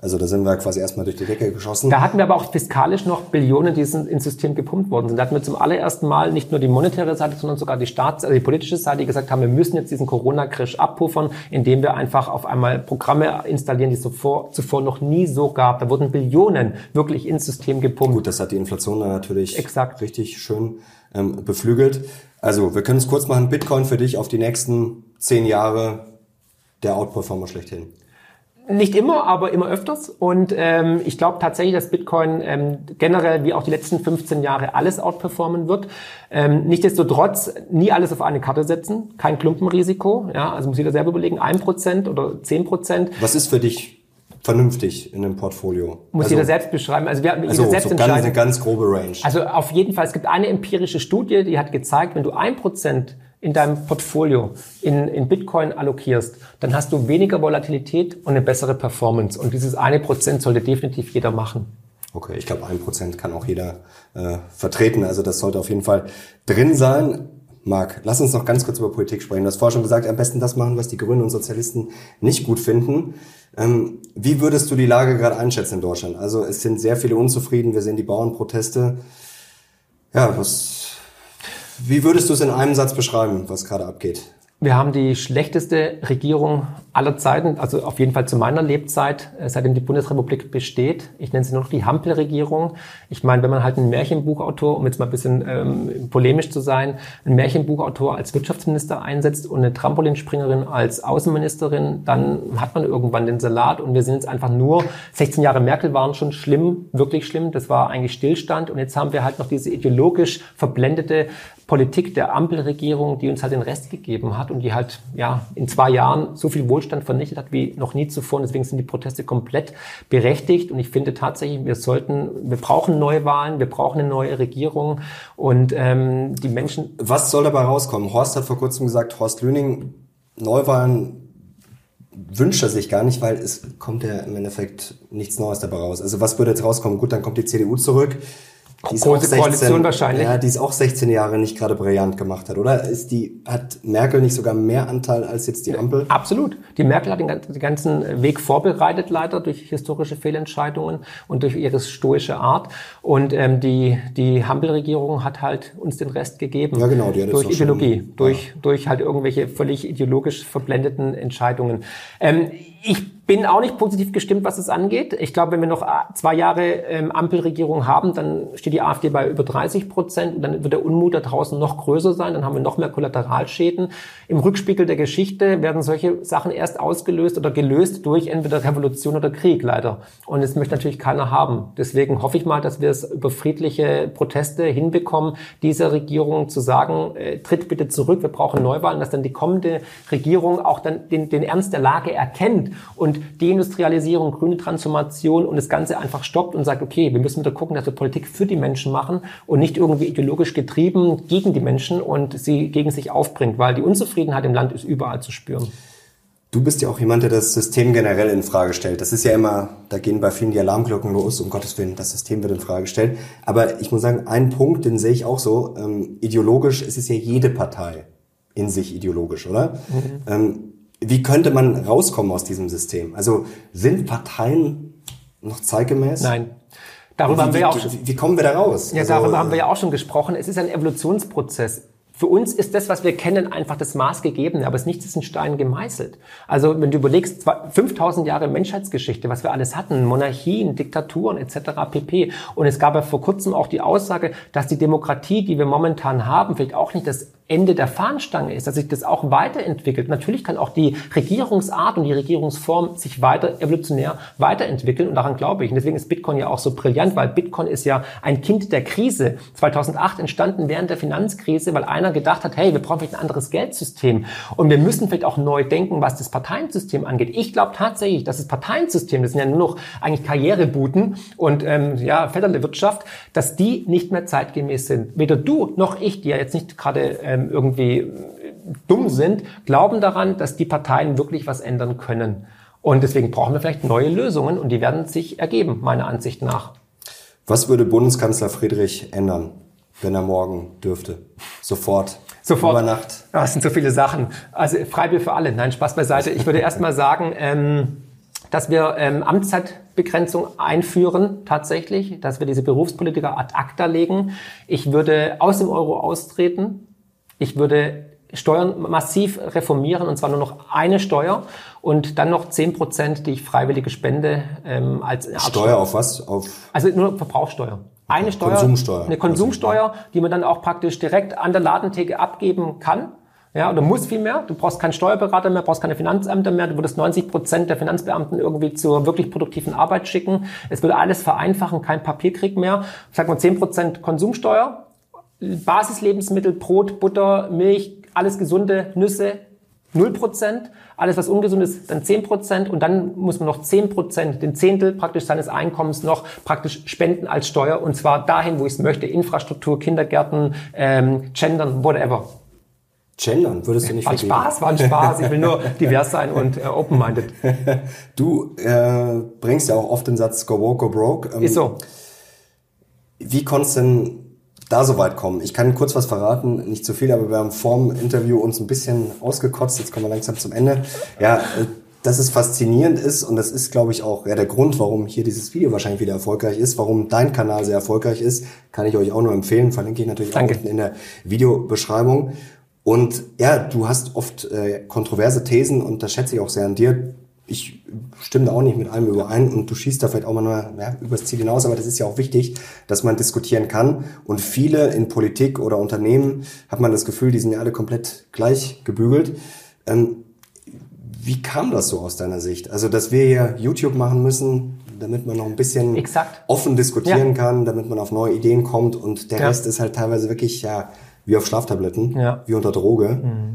Also da sind wir quasi erstmal durch die Decke geschossen. Da hatten wir aber auch fiskalisch noch Billionen, die ins System gepumpt worden sind. Da hatten wir zum allerersten Mal nicht nur die monetäre Seite, sondern sogar die Staats-, also die politische Seite, die gesagt haben, wir müssen jetzt diesen Corona-Crash abpuffern, indem wir einfach auf einmal Programme installieren, die es zuvor, zuvor noch nie so gab. Da wurden Billionen wirklich ins System gepumpt. Gut, das hat die Inflation dann natürlich Exakt. richtig schön ähm, beflügelt. Also wir können es kurz machen. Bitcoin für dich auf die nächsten zehn Jahre der Outperformer schlechthin. Nicht immer, aber immer öfters. Und ähm, ich glaube tatsächlich, dass Bitcoin ähm, generell wie auch die letzten fünfzehn Jahre alles outperformen wird. Ähm, nichtsdestotrotz nie alles auf eine Karte setzen, kein Klumpenrisiko. Ja, also muss jeder selber überlegen, ein Prozent oder zehn Prozent. Was ist für dich vernünftig in einem Portfolio? Muss also, jeder selbst beschreiben. Also wir also selbst so ganz, eine ganz grobe Range. Also auf jeden Fall, es gibt eine empirische Studie, die hat gezeigt, wenn du ein Prozent in deinem Portfolio in, in Bitcoin allokierst, dann hast du weniger Volatilität und eine bessere Performance. Und dieses eine Prozent sollte definitiv jeder machen. Okay, ich glaube, ein Prozent kann auch jeder äh, vertreten. Also das sollte auf jeden Fall drin sein. Marc, lass uns noch ganz kurz über Politik sprechen. Du hast vorher schon gesagt, am besten das machen, was die Grünen und Sozialisten nicht gut finden. Ähm, wie würdest du die Lage gerade einschätzen in Deutschland? Also es sind sehr viele unzufrieden. Wir sehen die Bauernproteste. Ja, was... Wie würdest du es in einem Satz beschreiben, was gerade abgeht? Wir haben die schlechteste Regierung aller Zeiten, also auf jeden Fall zu meiner Lebzeit, seitdem die Bundesrepublik besteht. Ich nenne sie nur noch die Hampel-Regierung. Ich meine, wenn man halt einen Märchenbuchautor, um jetzt mal ein bisschen ähm, polemisch zu sein, einen Märchenbuchautor als Wirtschaftsminister einsetzt und eine Trampolinspringerin als Außenministerin, dann hat man irgendwann den Salat. Und wir sind jetzt einfach nur, sechzehn Jahre Merkel waren schon schlimm, wirklich schlimm. Das war eigentlich Stillstand. Und jetzt haben wir halt noch diese ideologisch verblendete Politik der Ampelregierung, die uns halt den Rest gegeben hat und die halt ja in zwei Jahren so viel Wohlstand vernichtet hat wie noch nie zuvor. Und deswegen sind die Proteste komplett berechtigt. Und ich finde tatsächlich, wir sollten, wir brauchen Neuwahlen, wir brauchen eine neue Regierung und ähm, die Menschen. Was soll dabei rauskommen? Horst hat vor kurzem gesagt, Horst Lüning, Neuwahlen wünscht er sich gar nicht, weil es kommt ja im Endeffekt nichts Neues dabei raus. Also was würde jetzt rauskommen? Gut, dann kommt die C D U zurück. Die ist große Koalition wahrscheinlich. Ja, die es auch sechzehn Jahre nicht gerade brillant gemacht hat, oder? Ist die, hat Merkel nicht sogar mehr Anteil als jetzt die Ampel? Absolut. Die Merkel hat den ganzen Weg vorbereitet, leider durch historische Fehlentscheidungen und durch ihre stoische Art. Und ähm, die die Hampel-Regierung hat halt uns den Rest gegeben. Ja, genau. Die hat durch Ideologie, schon, durch ja. durch halt irgendwelche völlig ideologisch verblendeten Entscheidungen. Ähm, ich bin auch nicht positiv gestimmt, was es angeht. Ich glaube, wenn wir noch zwei Jahre ähm, Ampelregierung haben, dann steht die AfD bei über dreißig Prozent und dann wird der Unmut da draußen noch größer sein. Dann haben wir noch mehr Kollateralschäden. Im Rückspiegel der Geschichte werden solche Sachen erst ausgelöst oder gelöst durch entweder Revolution oder Krieg, leider. Und das möchte natürlich keiner haben. Deswegen hoffe ich mal, dass wir es über friedliche Proteste hinbekommen, dieser Regierung zu sagen, äh, tritt bitte zurück, wir brauchen Neuwahlen, dass dann die kommende Regierung auch dann den, den Ernst der Lage erkennt und Deindustrialisierung, grüne Transformation und das Ganze einfach stoppt und sagt, okay, wir müssen wieder gucken, dass wir Politik für die Menschen machen und nicht irgendwie ideologisch getrieben gegen die Menschen und sie gegen sich aufbringt, weil die Unzufriedenheit im Land ist überall zu spüren. Du bist ja auch jemand, der das System generell in Frage stellt. Das ist ja immer, da gehen bei vielen die Alarmglocken los, um Gottes Willen, das System wird in Frage gestellt. Aber ich muss sagen, einen Punkt, den sehe ich auch so, ähm, ideologisch, es ist ja jede Partei in sich ideologisch, oder? Mhm. Ähm, Wie könnte man rauskommen aus diesem System? Also sind Parteien noch zeitgemäß? Nein. Darüber wie, haben wir ja auch schon, wie, wie kommen wir da raus? Ja, also, darüber haben wir ja auch schon gesprochen. Es ist ein Evolutionsprozess. Für uns ist das, was wir kennen, einfach das Maß gegeben, aber es ist nichts in Stein gemeißelt. Also wenn du überlegst, fünftausend Jahre Menschheitsgeschichte, was wir alles hatten, Monarchien, Diktaturen et cetera pp. Und es gab ja vor kurzem auch die Aussage, dass die Demokratie, die wir momentan haben, vielleicht auch nicht das Ende der Fahnenstange ist, dass sich das auch weiterentwickelt. Natürlich kann auch die Regierungsart und die Regierungsform sich weiter evolutionär weiterentwickeln und daran glaube ich. Und deswegen ist Bitcoin ja auch so brillant, weil Bitcoin ist ja ein Kind der Krise. zweitausendacht entstanden während der Finanzkrise, weil einer gedacht hat, hey, wir brauchen vielleicht ein anderes Geldsystem und wir müssen vielleicht auch neu denken, was das Parteiensystem angeht. Ich glaube tatsächlich, dass das Parteiensystem, das sind ja nur noch eigentlich Karrierebuten und ähm, ja Vetterle-Wirtschaft, dass die nicht mehr zeitgemäß sind. Weder du noch ich, die ja jetzt nicht gerade ähm, irgendwie dumm sind, glauben daran, dass die Parteien wirklich was ändern können. Und deswegen brauchen wir vielleicht neue Lösungen und die werden sich ergeben, meiner Ansicht nach. Was würde Bundeskanzler Friedrich ändern, wenn er morgen dürfte? Sofort. Sofort. Über Nacht. Das sind so viele Sachen. Also Freibier für alle. Nein, Spaß beiseite. Ich würde erst mal sagen, ähm, dass wir ähm, Amtszeit Steuerbegrenzung einführen, tatsächlich, dass wir diese Berufspolitiker ad acta legen. Ich würde aus dem Euro austreten. Ich würde Steuern massiv reformieren, und zwar nur noch eine Steuer und dann noch zehn Prozent, die ich freiwillige spende. Ähm, als Steuer Steuer auf was? Auf also nur Verbrauchssteuer. Eine Steuer, Konsumsteuer. Eine Konsumsteuer, die man dann auch praktisch direkt an der Ladentheke abgeben kann. Ja, oder muss viel mehr. Du brauchst keinen Steuerberater mehr, brauchst keine Finanzämter mehr. Du würdest neunzig Prozent der Finanzbeamten irgendwie zur wirklich produktiven Arbeit schicken. Es würde alles vereinfachen, kein Papierkrieg mehr. Sag mal zehn Prozent Konsumsteuer, Basislebensmittel, Brot, Butter, Milch, alles gesunde, Nüsse, null Prozent. Alles, was ungesund ist, dann zehn Prozent. Und dann muss man noch zehn Prozent, den Zehntel praktisch seines Einkommens noch praktisch spenden als Steuer. Und zwar dahin, wo ich es möchte. Infrastruktur, Kindergärten, ähm, Gendern, whatever. Gendern würdest du nicht vergeben? War ein Spaß, war ein Spaß. Ich will nur divers sein und äh, open-minded. Du äh, bringst ja auch oft den Satz Go Woke, Go Broke. Ähm, Ist so. Wie konntest du denn da so weit kommen? Ich kann kurz was verraten, nicht zu viel, aber wir haben vor dem Interview uns ein bisschen ausgekotzt. Jetzt kommen wir langsam zum Ende. Ja, äh, dass es faszinierend ist und das ist, glaube ich, auch ja, der Grund, warum hier dieses Video wahrscheinlich wieder erfolgreich ist, warum dein Kanal sehr erfolgreich ist, kann ich euch auch nur empfehlen. Verlinke ich natürlich Danke. auch unten in der Videobeschreibung. Und ja, du hast oft äh, kontroverse Thesen und das schätze ich auch sehr an dir. Ich stimme da auch nicht mit allem überein und du schießt da vielleicht auch mal nur ja, übers Ziel hinaus, aber das ist ja auch wichtig, dass man diskutieren kann. Und viele in Politik oder Unternehmen hat man das Gefühl, die sind ja alle komplett gleich gebügelt. Ähm, wie kam das so aus deiner Sicht? Also, dass wir hier YouTube machen müssen, damit man noch ein bisschen Exakt. offen diskutieren ja. kann, damit man auf neue Ideen kommt und der ja. Rest ist halt teilweise wirklich ja wie auf Schlaftabletten, ja. wie unter Droge. Mhm.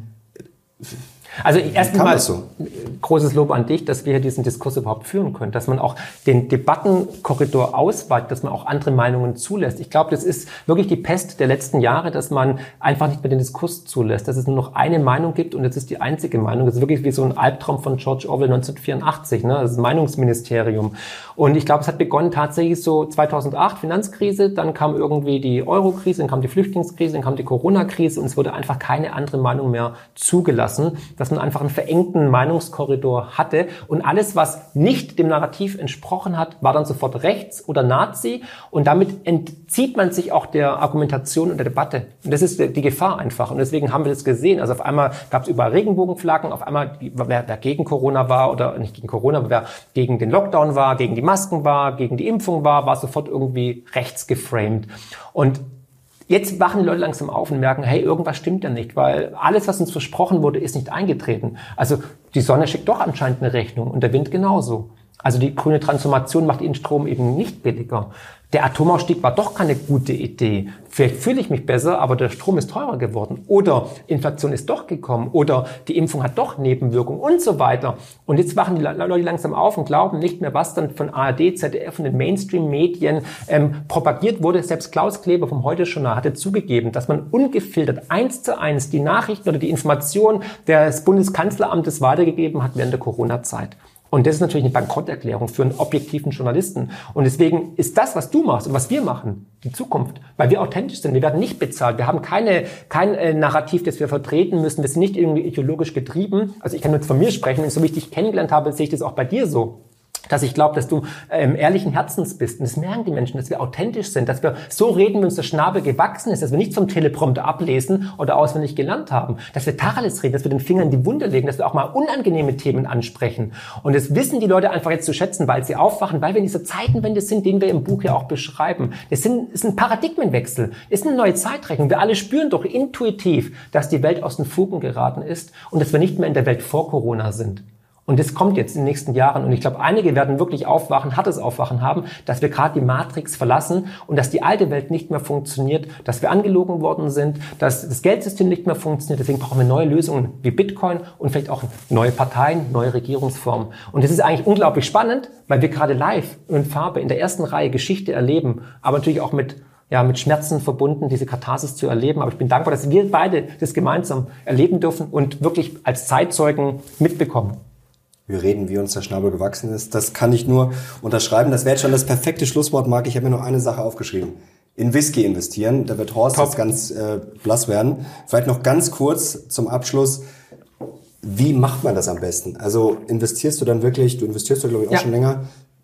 Also erstmal so? großes Lob an dich, dass wir hier diesen Diskurs überhaupt führen können, dass man auch den Debattenkorridor ausweitet, dass man auch andere Meinungen zulässt. Ich glaube, das ist wirklich die Pest der letzten Jahre, dass man einfach nicht mehr den Diskurs zulässt, dass es nur noch eine Meinung gibt und das ist die einzige Meinung. Das ist wirklich wie so ein Albtraum von George Orwell neunzehnhundertvierundachtzig, ne? Das Meinungsministerium. Und ich glaube, es hat begonnen tatsächlich so zweitausendacht, Finanzkrise, dann kam irgendwie die Euro-Krise, dann kam die Flüchtlingskrise, dann kam die Corona-Krise und es wurde einfach keine andere Meinung mehr zugelassen, dass man einfach einen verengten Meinungskorridor hatte und alles, was nicht dem Narrativ entsprochen hat, war dann sofort rechts oder Nazi und damit entzieht man sich auch der Argumentation und der Debatte. Und das ist die Gefahr einfach und deswegen haben wir das gesehen. Also auf einmal gab es überall Regenbogenflaggen, auf einmal, wer, wer gegen Corona war oder nicht gegen Corona, aber wer gegen den Lockdown war, gegen die Masken war, gegen die Impfung war, war sofort irgendwie rechts geframed. Und jetzt wachen die Leute langsam auf und merken, hey, irgendwas stimmt ja nicht, weil alles, was uns versprochen wurde, ist nicht eingetreten. Also die Sonne schickt doch anscheinend eine Rechnung und der Wind genauso. Also die grüne Transformation macht ihren Strom eben nicht billiger. Der Atomausstieg war doch keine gute Idee. Vielleicht fühle ich mich besser, aber der Strom ist teurer geworden. Oder Inflation ist doch gekommen. Oder die Impfung hat doch Nebenwirkungen und so weiter. Und jetzt wachen die Leute langsam auf und glauben nicht mehr, was dann von A R D, Z D F und den Mainstream-Medien ähm, propagiert wurde. Selbst Klaus Kleber vom Heute-Journal hatte zugegeben, dass man ungefiltert eins zu eins die Nachrichten oder die Informationen des Bundeskanzleramtes weitergegeben hat während der Corona-Zeit. Und das ist natürlich eine Bankrotterklärung für einen objektiven Journalisten. Und deswegen ist das, was du machst und was wir machen, die Zukunft. Weil wir authentisch sind. Wir werden nicht bezahlt. Wir haben keine, kein äh, Narrativ, das wir vertreten müssen. Wir sind nicht irgendwie ideologisch getrieben. Also ich kann nur von mir sprechen. Und so wie ich dich kennengelernt habe, sehe ich das auch bei dir so. Dass ich glaube, dass du ähm, ehrlichen Herzens bist. Und das merken die Menschen, dass wir authentisch sind, dass wir so reden, wie uns der Schnabel gewachsen ist, dass wir nicht vom Teleprompter ablesen oder auswendig gelernt haben, dass wir Tacheles reden, dass wir den Finger in die Wunde legen, dass wir auch mal unangenehme Themen ansprechen. Und das wissen die Leute einfach jetzt zu schätzen, weil sie aufwachen, weil wir in dieser Zeitenwende sind, den wir im Buch ja auch beschreiben. Das sind, ist ein Paradigmenwechsel, das ist eine neue Zeitrechnung. Wir alle spüren doch intuitiv, dass die Welt aus den Fugen geraten ist und dass wir nicht mehr in der Welt vor Corona sind. Und das kommt jetzt in den nächsten Jahren. Und ich glaube, einige werden wirklich aufwachen, hartes Aufwachen haben, dass wir gerade die Matrix verlassen und dass die alte Welt nicht mehr funktioniert, dass wir angelogen worden sind, dass das Geldsystem nicht mehr funktioniert. Deswegen brauchen wir neue Lösungen wie Bitcoin und vielleicht auch neue Parteien, neue Regierungsformen. Und das ist eigentlich unglaublich spannend, weil wir gerade live in Farbe in der ersten Reihe Geschichte erleben, aber natürlich auch mit ja, mit Schmerzen verbunden, diese Katharsis zu erleben. Aber ich bin dankbar, dass wir beide das gemeinsam erleben dürfen und wirklich als Zeitzeugen mitbekommen. Wir reden, wie uns der Schnabel gewachsen ist. Das kann ich nur unterschreiben. Das wäre jetzt schon das perfekte Schlusswort, Marc. Ich habe mir noch eine Sache aufgeschrieben. In Whisky investieren. Da wird Horst Top. jetzt ganz äh, blass werden. Vielleicht noch ganz kurz zum Abschluss. Wie macht man das am besten? Also investierst du dann wirklich, du investierst ja, glaube ich, auch ja. schon länger.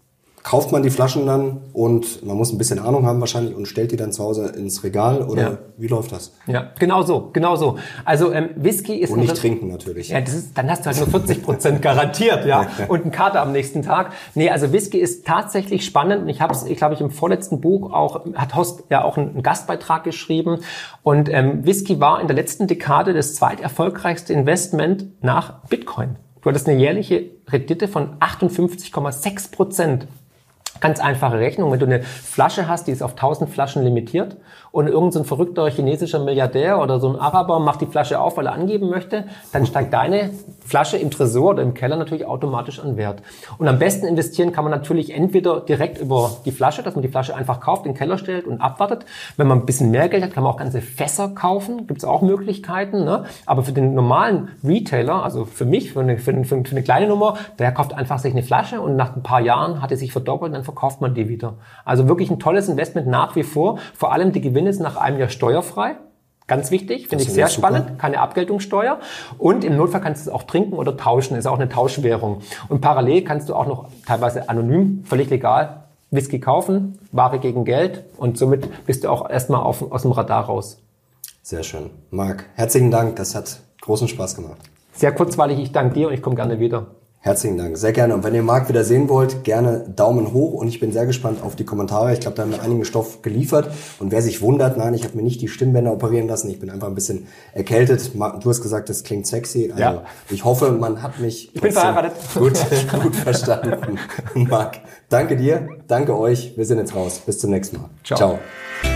kauft man die Flaschen dann und man muss ein bisschen Ahnung haben wahrscheinlich und stellt die dann zu Hause ins Regal oder ja. wie läuft das? Ja, genau so, genau so. Also ähm, Whisky ist... Und nicht trinken natürlich. Ja, das ist, dann hast du halt nur vierzig Prozent garantiert, ja, und einen Kater am nächsten Tag. Nee, also Whisky ist tatsächlich spannend und ich habe es, ich glaube, ich im vorletzten Buch auch, hat Horst ja auch einen Gastbeitrag geschrieben und ähm, Whisky war in der letzten Dekade das zweiterfolgreichste Investment nach Bitcoin. Du hattest eine jährliche Rendite von achtundfünfzig Komma sechs Prozent. Ganz einfache Rechnung. Wenn du eine Flasche hast, die ist auf tausend Flaschen limitiert und irgend so ein verrückter chinesischer Milliardär oder so ein Araber macht die Flasche auf, weil er angeben möchte, dann steigt deine Flasche im Tresor oder im Keller natürlich automatisch an Wert. Und am besten investieren kann man natürlich entweder direkt über die Flasche, dass man die Flasche einfach kauft, in den Keller stellt und abwartet. Wenn man ein bisschen mehr Geld hat, kann man auch ganze Fässer kaufen. Gibt es auch Möglichkeiten. Ne? Aber für den normalen Retailer, also für mich, für eine, für eine, für eine kleine Nummer, der kauft einfach sich eine Flasche und nach ein paar Jahren hat die sich verdoppelt, dann verkauft man die wieder. Also wirklich ein tolles Investment nach wie vor. Vor allem die Gewinne sind nach einem Jahr steuerfrei. Ganz wichtig, finde ich sehr spannend. Keine Abgeltungssteuer. Und im Notfall kannst du es auch trinken oder tauschen. Ist auch eine Tauschwährung. Und parallel kannst du auch noch teilweise anonym, völlig legal, Whisky kaufen, Ware gegen Geld. Und somit bist du auch erstmal auf, aus dem Radar raus. Sehr schön. Marc, herzlichen Dank. Das hat großen Spaß gemacht. Sehr kurzweilig. Ich danke dir und ich komme gerne wieder. Herzlichen Dank, sehr gerne. Und wenn ihr Marc wieder sehen wollt, gerne Daumen hoch. Und ich bin sehr gespannt auf die Kommentare. Ich glaube, da haben wir einigen Stoff geliefert. Und wer sich wundert, nein, ich habe mir nicht die Stimmbänder operieren lassen. Ich bin einfach ein bisschen erkältet. Du hast gesagt, das klingt sexy. Also ja. Ich hoffe, man hat mich ich bin verheiratet. Gut, gut verstanden. Marc, danke dir, danke euch. Wir sind jetzt raus. Bis zum nächsten Mal. Ciao. Ciao.